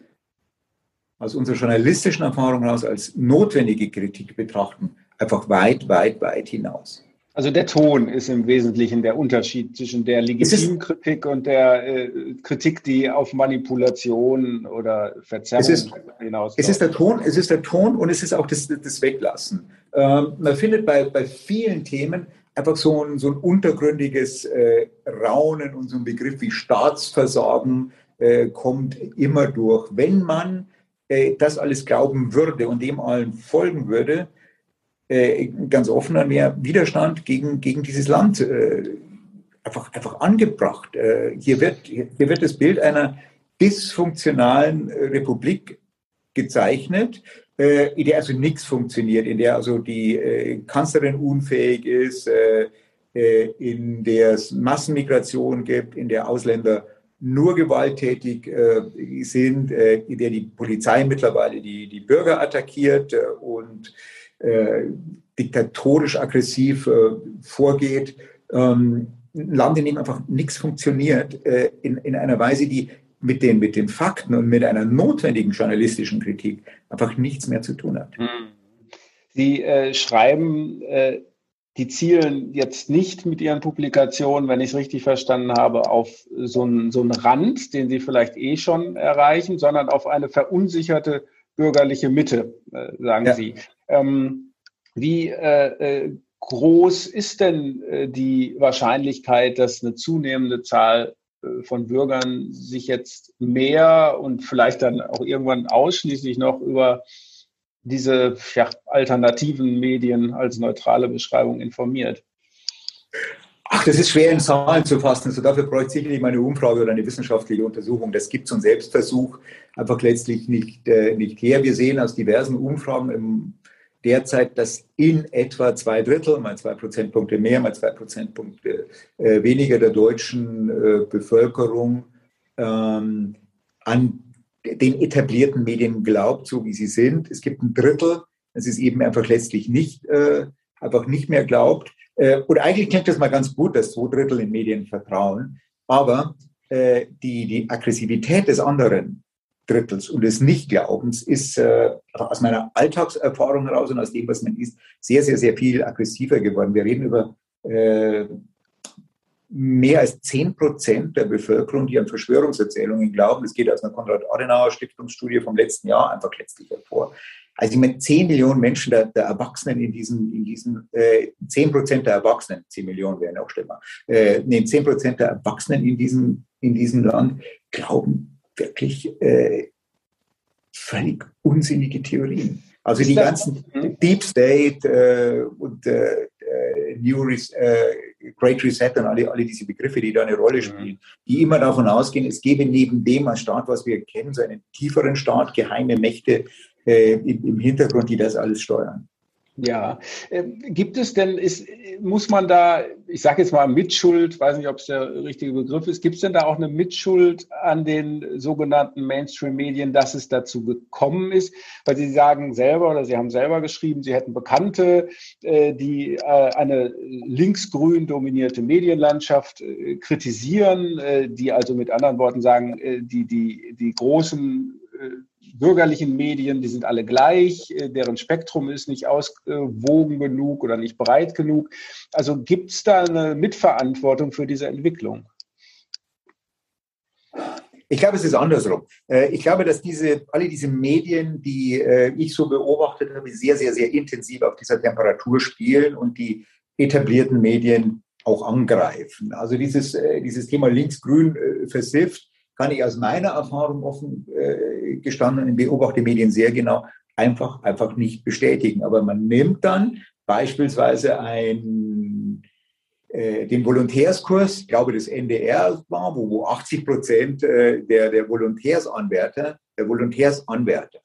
aus unserer journalistischen Erfahrung heraus als notwendige Kritik betrachten, einfach weit, weit, weit hinaus. Also der Ton ist im Wesentlichen der Unterschied zwischen der legitimen Kritik und der äh, Kritik, die auf Manipulation oder Verzerrung hinausläuft. Es ist der Ton, es ist der Ton und es ist auch das, das Weglassen. Ähm, man findet bei, bei vielen Themen einfach so ein, so ein untergründiges äh, Raunen und so ein Begriff wie Staatsversagen äh, kommt immer durch. Wenn man äh, das alles glauben würde und dem allen folgen würde, Äh, ganz offen, dann wäre Widerstand gegen, gegen dieses Land äh, einfach, einfach angebracht. Äh, hier, wird, hier wird das Bild einer dysfunktionalen äh, Republik gezeichnet, äh, in der also nichts funktioniert, in der also die äh, Kanzlerin unfähig ist, äh, äh, in der es Massenmigration gibt, in der Ausländer nur gewalttätig äh, sind, äh, in der die Polizei mittlerweile die, die Bürger attackiert äh, und Äh, diktatorisch aggressiv äh, vorgeht, ähm, ein Land, in dem einfach nichts funktioniert, äh, in, in einer Weise, die mit den, mit den Fakten und mit einer notwendigen journalistischen Kritik einfach nichts mehr zu tun hat. Sie äh, schreiben, äh, die zielen jetzt nicht mit Ihren Publikationen, wenn ich es richtig verstanden habe, auf so einen, so einen Rand, den Sie vielleicht eh schon erreichen, sondern auf eine verunsicherte bürgerliche Mitte, äh, sagen ja. Sie. Ähm, wie äh, äh, groß ist denn äh, die Wahrscheinlichkeit, dass eine zunehmende Zahl äh, von Bürgern sich jetzt mehr und vielleicht dann auch irgendwann ausschließlich noch über diese ja, alternativen Medien als neutrale Beschreibung informiert? Ach, das ist schwer in Zahlen zu fassen. Also dafür bräuchte sicherlich mal eine Umfrage oder eine wissenschaftliche Untersuchung. Das gibt so einen Selbstversuch einfach letztlich nicht, äh, nicht her. Wir sehen aus diversen Umfragen im derzeit, dass in etwa zwei Drittel, mal zwei Prozentpunkte mehr, mal zwei Prozentpunkte äh, weniger der deutschen äh, Bevölkerung ähm, an den etablierten Medien glaubt, so wie sie sind. Es gibt ein Drittel, das ist eben einfach letztlich nicht, äh, einfach nicht mehr glaubt. Äh, und eigentlich klingt das mal ganz gut, dass zwei Drittel in Medien vertrauen. Aber äh, die, die Aggressivität des anderen Drittels und des Nichtglaubens ist äh, aus meiner Alltagserfahrung heraus und aus dem, was man liest, sehr, sehr, sehr viel aggressiver geworden. Wir reden über äh, mehr als zehn Prozent der Bevölkerung, die an Verschwörungserzählungen glauben. Das geht aus einer Konrad-Adenauer-Stiftungsstudie vom letzten Jahr einfach letztlich hervor. Also ich meine, zehn Millionen Menschen der, der Erwachsenen in diesen, in diesen äh, zehn Prozent der Erwachsenen, zehn Millionen wären auch schlimmer, äh, nee, zehn Prozent der Erwachsenen in diesem, in diesem Land glauben wirklich äh, völlig unsinnige Theorien. Also die ganzen Deep State äh, und äh, New Res- äh, Great Reset und alle, alle diese Begriffe, die da eine Rolle spielen, die immer davon ausgehen, es gäbe neben dem als Staat, was wir kennen, so einen tieferen Staat, geheime Mächte äh, im, im Hintergrund, die das alles steuern. Ja, äh, gibt es denn, ist, muss man da, ich sage jetzt mal Mitschuld, weiß nicht, ob es der richtige Begriff ist, gibt es denn da auch eine Mitschuld an den sogenannten Mainstream-Medien, dass es dazu gekommen ist? Weil Sie sagen selber oder Sie haben selber geschrieben, Sie hätten Bekannte, äh, die äh, eine linksgrün dominierte Medienlandschaft äh, kritisieren, äh, die also mit anderen Worten sagen, äh, die, die, die großen äh, bürgerlichen Medien, die sind alle gleich, deren Spektrum ist nicht ausgewogen genug oder nicht breit genug. Also gibt es da eine Mitverantwortung für diese Entwicklung? Ich glaube, es ist andersrum. Ich glaube, dass diese, alle diese Medien, die ich so beobachtet habe, sehr, sehr, sehr intensiv auf dieser Temperatur spielen und die etablierten Medien auch angreifen. Also dieses, dieses Thema links-grün versifft, kann ich aus meiner Erfahrung offen äh, gestanden und beobachte Medien sehr genau, einfach, einfach nicht bestätigen. Aber man nimmt dann beispielsweise ein, äh, den Volontärskurs, ich glaube, das N D R war, wo, wo achtzig Prozent äh, der, der Volontärsanwärter, der Volontärsanwärter,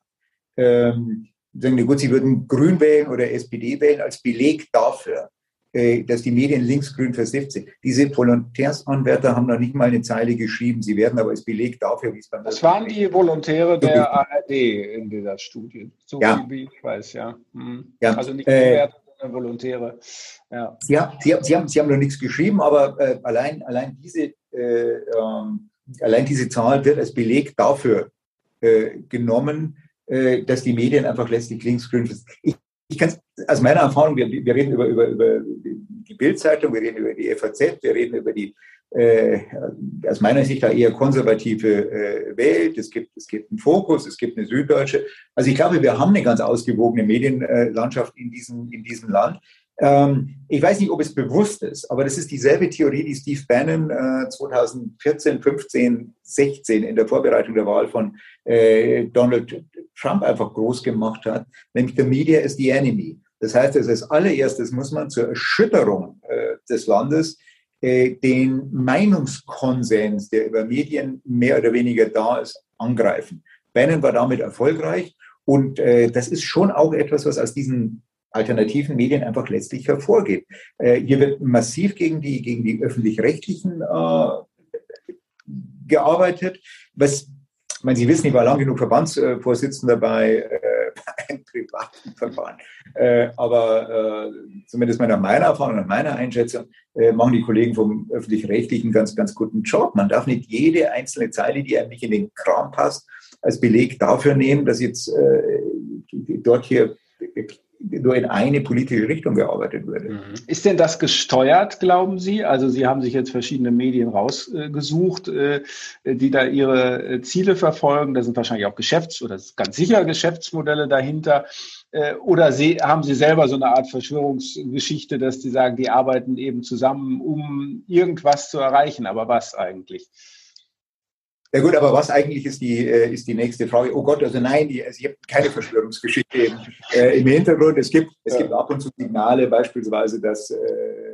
ähm, sagen, gut, sie würden Grün wählen oder S P D wählen, als Beleg dafür, dass die Medien linksgrün versifft sind. Diese Volontärsanwärter haben noch nicht mal eine Zeile geschrieben. Sie werden aber als Beleg dafür, wie es beim... Das waren die Volontäre der A R D in dieser Studie, so ja. wie ich weiß, ja. Hm. ja. Also nicht äh, sondern Volontäre. Ja. Sie, haben, sie, haben, sie, haben, sie haben noch nichts geschrieben, aber äh, allein, allein, diese, äh, ähm, allein diese Zahl wird als Beleg dafür äh, genommen, äh, dass die Medien einfach letztlich linksgrün sind. Ich, Ich kann aus meiner Erfahrung, wir, wir reden über, über, über die Bild-Zeitung, wir reden über die F A Z, wir reden über die äh, aus meiner Sicht da eher konservative äh, Welt, es gibt, es gibt einen Fokus, es gibt eine Süddeutsche. Also ich glaube, wir haben eine ganz ausgewogene Medienlandschaft in diesem, in diesem Land. Ähm, ich weiß nicht, ob es bewusst ist, aber das ist dieselbe Theorie, die Steve Bannon äh, zweitausendvierzehn, fünfzehn, sechzehn in der Vorbereitung der Wahl von äh, Donald Trump einfach groß gemacht hat, nämlich the media is the enemy. Das heißt, also als allererstes muss man zur Erschütterung äh, des Landes äh, den Meinungskonsens, der über Medien mehr oder weniger da ist, angreifen. Bannon war damit erfolgreich und äh, das ist schon auch etwas, was aus diesen alternativen Medien einfach letztlich hervorgeht. Äh, hier wird massiv gegen die, gegen die öffentlich-rechtlichen äh, gearbeitet. Was, ich meine, Sie wissen, ich war lang genug Verbandsvorsitzender bei, äh, bei einem privaten Verband. Äh, aber äh, zumindest nach meiner Erfahrung, nach meiner Einschätzung, äh, machen die Kollegen vom öffentlich-rechtlichen ganz, ganz guten Job. Man darf nicht jede einzelne Zeile, die einem nicht in den Kram passt, als Beleg dafür nehmen, dass jetzt äh, dort hier nur in eine politische Richtung gearbeitet würde. Ist denn das gesteuert, glauben Sie? Also Sie haben sich jetzt verschiedene Medien rausgesucht, äh, die da ihre äh, Ziele verfolgen. Da sind wahrscheinlich auch Geschäfts- oder ganz sicher Geschäftsmodelle dahinter. Äh, oder Sie, haben Sie selber so eine Art Verschwörungsgeschichte, dass die sagen, die arbeiten eben zusammen, um irgendwas zu erreichen. Aber was eigentlich? Ja gut, aber was eigentlich ist die, äh, ist die nächste Frage? Oh Gott, also nein, die, also ich habe keine Verschwörungsgeschichte im, äh, im Hintergrund. Es gibt, es gibt ab und zu Signale, beispielsweise, dass äh,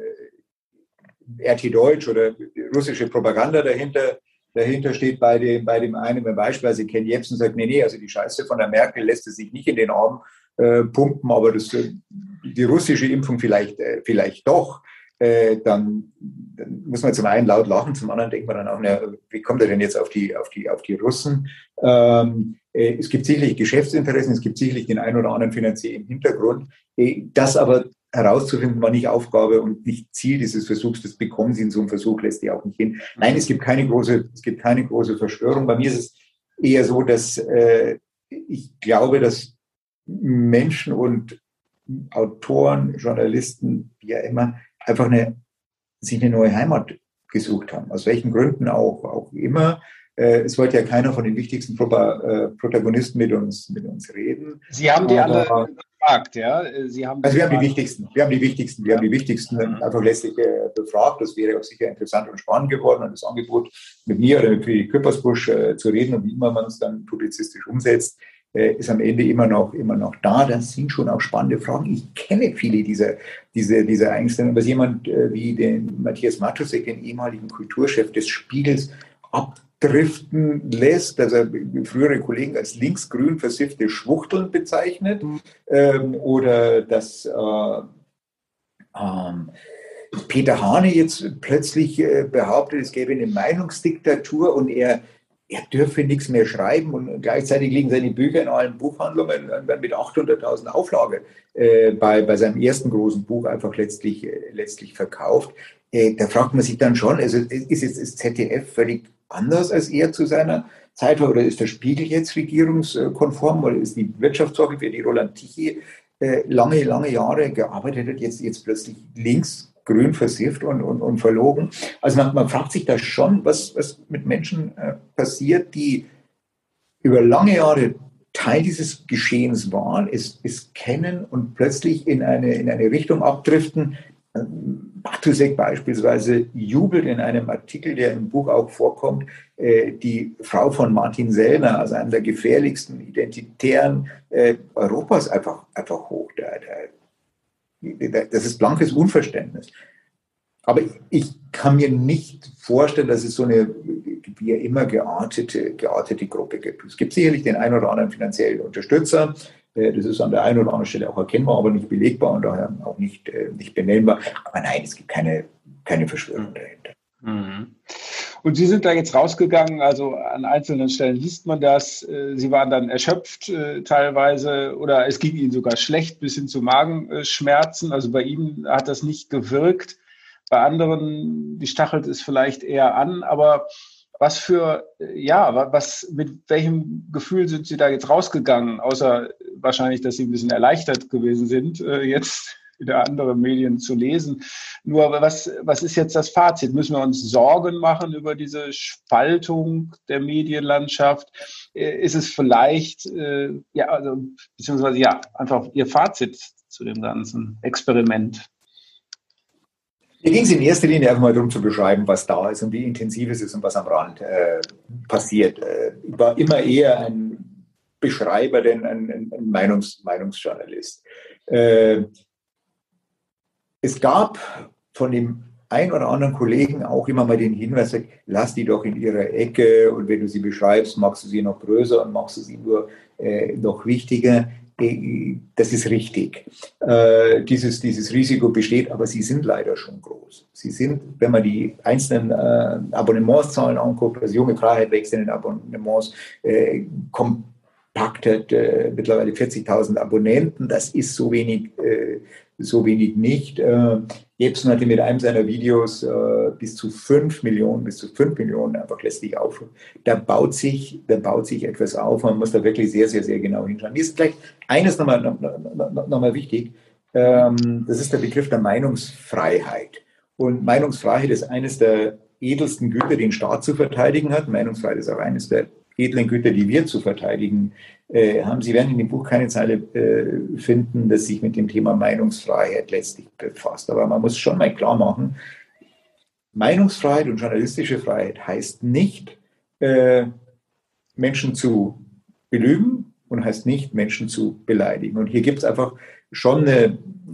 R T Deutsch oder russische Propaganda dahinter, dahinter steht bei dem, bei dem einen. Wenn beispielsweise Ken Jebsen sagt, nee, nee, also die Scheiße von der Merkel lässt es sich nicht in den Arm äh, pumpen, aber das, die russische Impfung vielleicht, äh, vielleicht doch. Äh, dann, dann muss man zum einen laut lachen, zum anderen denkt man dann auch, na, wie kommt er denn jetzt auf die, auf die, auf die Russen? Ähm, äh, es gibt sicherlich Geschäftsinteressen, es gibt sicherlich den einen oder anderen finanziellen Hintergrund. Äh, das aber herauszufinden, war nicht Aufgabe und nicht Ziel dieses Versuchs. Das bekommen Sie in so einem Versuch, lässt die auch nicht hin. Nein, es gibt keine große, es gibt keine große Verschwörung. Bei mir ist es eher so, dass äh, ich glaube, dass Menschen und Autoren, Journalisten, wie ja immer, einfach eine, sich eine neue Heimat gesucht haben. Aus welchen Gründen auch, auch immer. Äh, es wollte ja keiner von den wichtigsten Pro, äh, Protagonisten mit uns, mit uns reden. Sie haben die Aber, alle befragt, ja? Sie haben also wir haben die wichtigsten, wir haben die wichtigsten, wir ja. haben die wichtigsten einfach letztlich äh, befragt. Das wäre auch sicher interessant und spannend geworden, und das Angebot mit mir oder mit Friedrich Küppersbusch äh, zu reden und wie immer man es dann publizistisch umsetzt, ist am Ende immer noch, immer noch da. Das sind schon auch spannende Fragen. Ich kenne viele dieser, dieser, dieser Einstellungen. Was jemand wie den Matthias Matusek, den ehemaligen Kulturchef des Spiegels, ab abdriften lässt, dass er frühere Kollegen als linksgrün versiffte Schwuchteln bezeichnet, mhm. ähm, oder dass äh, ähm, Peter Hane jetzt plötzlich äh, behauptet, es gäbe eine Meinungsdiktatur und er, er dürfe nichts mehr schreiben, und gleichzeitig liegen seine Bücher in allen Buchhandlungen mit achthunderttausend Auflage äh, bei, bei seinem ersten großen Buch einfach letztlich, äh, letztlich verkauft. Äh, da fragt man sich dann schon, also ist jetzt das Z D F völlig anders als er zu seiner Zeit war, oder ist der Spiegel jetzt regierungskonform, oder ist die Wirtschaftswoche, für die Roland Tichy äh, lange, lange Jahre gearbeitet hat, jetzt, jetzt plötzlich links grün versifft und, und, und verlogen. Also man, man fragt sich da schon, was, was mit Menschen äh, passiert, die über lange Jahre Teil dieses Geschehens waren, es, es kennen und plötzlich in eine, in eine Richtung abdriften. Bartusek beispielsweise jubelt in einem Artikel, der im Buch auch vorkommt, äh, die Frau von Martin Sellner, also einem der gefährlichsten Identitären äh, Europas, einfach, einfach hoch. Der, der, Das ist blankes Unverständnis. Aber ich kann mir nicht vorstellen, dass es so eine, wie immer, geartete, geartete Gruppe gibt. Es gibt sicherlich den einen oder anderen finanziellen Unterstützer. Das ist an der einen oder anderen Stelle auch erkennbar, aber nicht belegbar und daher auch nicht, nicht benennbar. Aber nein, es gibt keine, keine Verschwörung dahinter. Mhm. Und Sie sind da jetzt rausgegangen, also an einzelnen Stellen liest man das, Sie waren dann erschöpft äh, teilweise, oder es ging Ihnen sogar schlecht bis hin zu Magenschmerzen, also bei Ihnen hat das nicht gewirkt, bei anderen, die stachelt es vielleicht eher an, aber was für, ja, was, mit welchem Gefühl sind Sie da jetzt rausgegangen, außer wahrscheinlich, dass Sie ein bisschen erleichtert gewesen sind, äh, jetzt wieder andere Medien zu lesen. Nur was, was ist jetzt das Fazit? Müssen wir uns Sorgen machen über diese Spaltung der Medienlandschaft? Ist es vielleicht, äh, ja, also, beziehungsweise ja, einfach Ihr Fazit zu dem ganzen Experiment? Mir ging es in erster Linie einfach mal darum zu beschreiben, was da ist und wie intensiv es ist und was am Rand äh, passiert. Äh, ich war immer eher ein Beschreiber, denn ein, ein Meinungs, Meinungsjournalist. Äh, Es gab von dem einen oder anderen Kollegen auch immer mal den Hinweis, lass die doch in ihrer Ecke, und wenn du sie beschreibst, machst du sie noch größer und machst du sie nur äh, noch wichtiger. Das ist richtig. Äh, dieses, dieses Risiko besteht, aber sie sind leider schon groß. Sie sind, wenn man die einzelnen äh, Abonnementszahlen anguckt, also Junge Freiheit wächst in den Abonnements, äh, kompakt hat äh, mittlerweile vierzigtausend Abonnenten. Das ist so wenig, äh, so wenig nicht. Äh, Jepsen hatte mit einem seiner Videos äh, bis zu fünf Millionen, bis zu fünf Millionen einfach letztlich auf. Da baut sich, da baut sich etwas auf. Man muss da wirklich sehr, sehr, sehr genau hinschauen. Mir ist vielleicht eines nochmal noch, noch, noch mal wichtig. Ähm, das ist der Begriff der Meinungsfreiheit. Und Meinungsfreiheit ist eines der edelsten Güter, die ein Staat zu verteidigen hat. Meinungsfreiheit ist auch eines der edlen Güter, die wir zu verteidigen äh, haben. Sie werden in dem Buch keine Zeile äh, finden, das sich mit dem Thema Meinungsfreiheit letztlich befasst. Aber man muss schon mal klar machen, Meinungsfreiheit und journalistische Freiheit heißt nicht, äh, Menschen zu belügen und heißt nicht, Menschen zu beleidigen. Und hier gibt es einfach schon eine,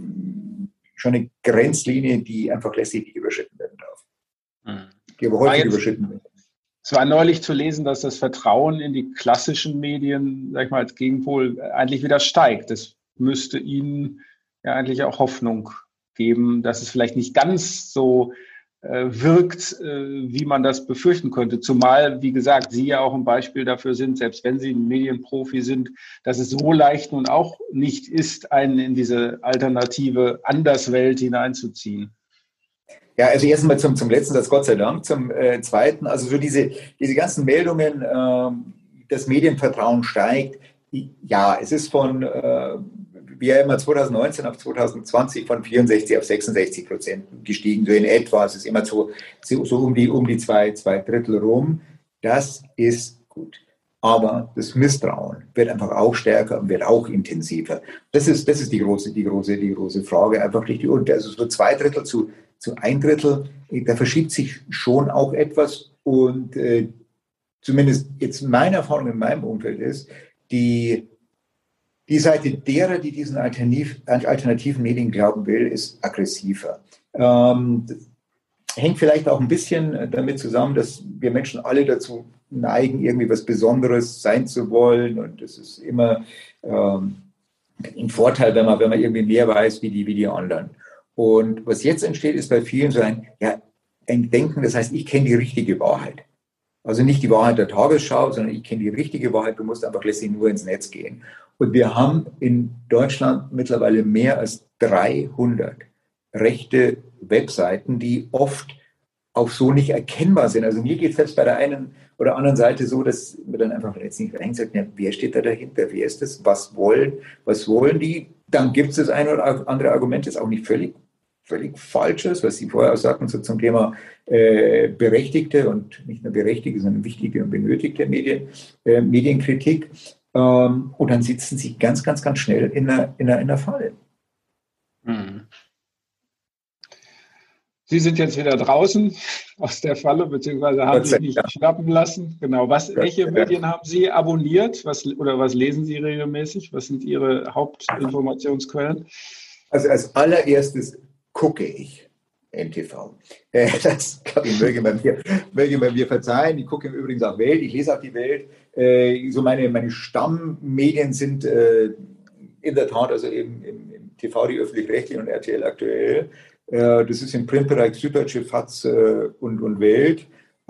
schon eine Grenzlinie, die einfach letztlich nicht überschritten werden darf. Die aber häufig überschritten wird. Es war neulich zu lesen, dass das Vertrauen in die klassischen Medien, sag ich mal, als Gegenpol eigentlich wieder steigt. Das müsste Ihnen ja eigentlich auch Hoffnung geben, dass es vielleicht nicht ganz so äh, wirkt, äh, wie man das befürchten könnte. Zumal, wie gesagt, Sie ja auch ein Beispiel dafür sind, selbst wenn Sie ein Medienprofi sind, dass es so leicht nun auch nicht ist, einen in diese alternative Anderswelt hineinzuziehen. Ja, also erstmal zum, zum letzten Satz, Gott sei Dank. Zum äh, zweiten, also so diese, diese ganzen Meldungen, äh, das Medienvertrauen steigt. Ja, es ist von, äh, wie ja immer zwanzig neunzehn auf zwanzig zwanzig von vierundsechzig auf sechsundsechzig Prozent gestiegen, so in etwa. Es ist immer so, so, so um die, um die zwei, zwei Drittel rum. Das ist gut. Aber das Misstrauen wird einfach auch stärker und wird auch intensiver. Das ist, das ist die große, die große, die große Frage. Einfach richtig. Und also so zwei Drittel zu zu ein Drittel, da verschiebt sich schon auch etwas, und äh, zumindest jetzt meine Erfahrung in meinem Umfeld ist, die, die Seite derer, die diesen Alternativ, alternativen Medien glauben will, ist aggressiver. Ähm, hängt vielleicht auch ein bisschen damit zusammen, dass wir Menschen alle dazu neigen, irgendwie was Besonderes sein zu wollen. Und das ist immer ähm, ein Vorteil, wenn man, wenn man irgendwie mehr weiß wie die, wie die anderen. Und was jetzt entsteht, ist bei vielen so ein, ja, ein Denken, das heißt, ich kenne die richtige Wahrheit. Also nicht die Wahrheit der Tagesschau, sondern ich kenne die richtige Wahrheit. Du musst einfach letztlich nur ins Netz gehen. Und wir haben in Deutschland mittlerweile mehr als dreihundert rechte Webseiten, die oft auch so nicht erkennbar sind. Also mir geht es selbst bei der einen oder anderen Seite so, dass man dann einfach letztlich reingesagt, ja, wer steht da dahinter, wer ist das, was wollen, was wollen die? Dann gibt es das ein oder andere Argument, das auch nicht völlig, völlig falsch ist, was Sie vorher auch sagten, so zum Thema äh, berechtigte und nicht nur berechtigte, sondern wichtige und benötigte Medien, äh, Medienkritik. Ähm, und dann sitzen Sie ganz, ganz, ganz schnell in einer, in einer, in einer Falle. Hm. Sie sind jetzt wieder draußen aus der Falle, beziehungsweise haben sich nicht schnappen lassen. Genau. Was, welche Medien haben Sie abonniert? Was, oder was lesen Sie regelmäßig? Was sind Ihre Hauptinformationsquellen? Also als allererstes gucke ich N T V. Äh, das glaube ich, möge man mir, möge man mir verzeihen. Ich gucke übrigens auch Welt, ich lese auch die Welt. Äh, so meine, meine Stammmedien sind äh, in der Tat also eben im, im T V die Öffentlich-Rechtlichen und R T L aktuell. Das ist im Printbereich Süddeutsche, F A Z und, und Welt.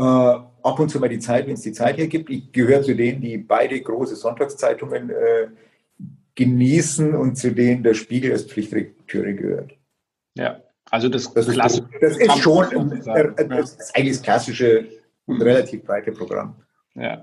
Ab und zu mal die Zeit, wenn es die Zeit hergibt. Ich gehöre zu denen, die beide große Sonntagszeitungen äh, genießen und zu denen der Spiegel als Pflichtlektüre gehört. Ja, also das, das klassische. Das ist schon ein, das ist eigentlich das klassische und relativ breite Programm. Ja.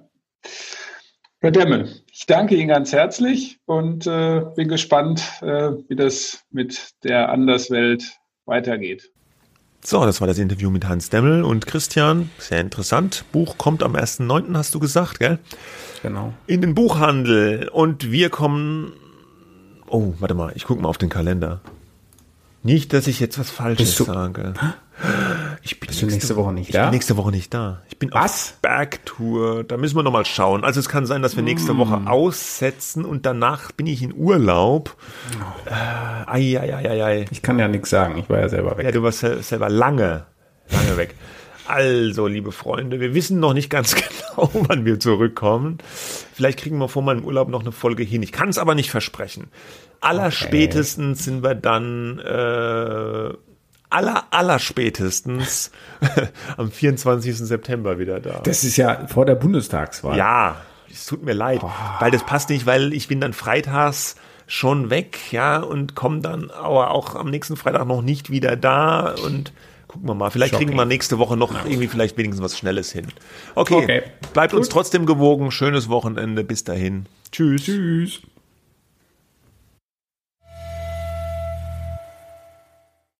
Herr Demme, ich danke Ihnen ganz herzlich und äh, bin gespannt, äh, wie das mit der Anderswelt weitergeht. So, das war das Interview mit Hans Demmel und Christian. Sehr interessant. Buch kommt am ersten neunten hast du gesagt, gell? Genau. In den Buchhandel. Und wir kommen... Oh, warte mal, ich gucke mal auf den Kalender. Nicht, dass ich jetzt was Falsches sage. Ich bin Bist du nächste Woche nicht ich da? bin nächste Woche nicht da. Ich bin Was? auf Bergtour. Da müssen wir nochmal schauen. Also es kann sein, dass wir nächste mm. Woche aussetzen und danach bin ich in Urlaub. Oh. Äh, ai, ai, ai, ai. Ich kann ja nichts sagen. Ich war ja selber weg. Ja, du warst selber lange, lange weg. Also, liebe Freunde, wir wissen noch nicht ganz genau, wann wir zurückkommen. Vielleicht kriegen wir vor meinem Urlaub noch eine Folge hin. Ich kann es aber nicht versprechen. Allerspätestens okay. sind wir dann... Äh, aller, aller spätestens am vierundzwanzigsten September wieder da. Das ist ja vor der Bundestagswahl. Ja, es tut mir leid, oh. weil das passt nicht, weil ich bin dann freitags schon weg, ja, und komme dann aber auch am nächsten Freitag noch nicht wieder da und gucken wir mal, vielleicht Shocking. kriegen wir nächste Woche noch irgendwie vielleicht wenigstens was Schnelles hin. Okay, okay. Bleibt Gut. uns trotzdem gewogen, schönes Wochenende, bis dahin. Tschüss. Tschüss.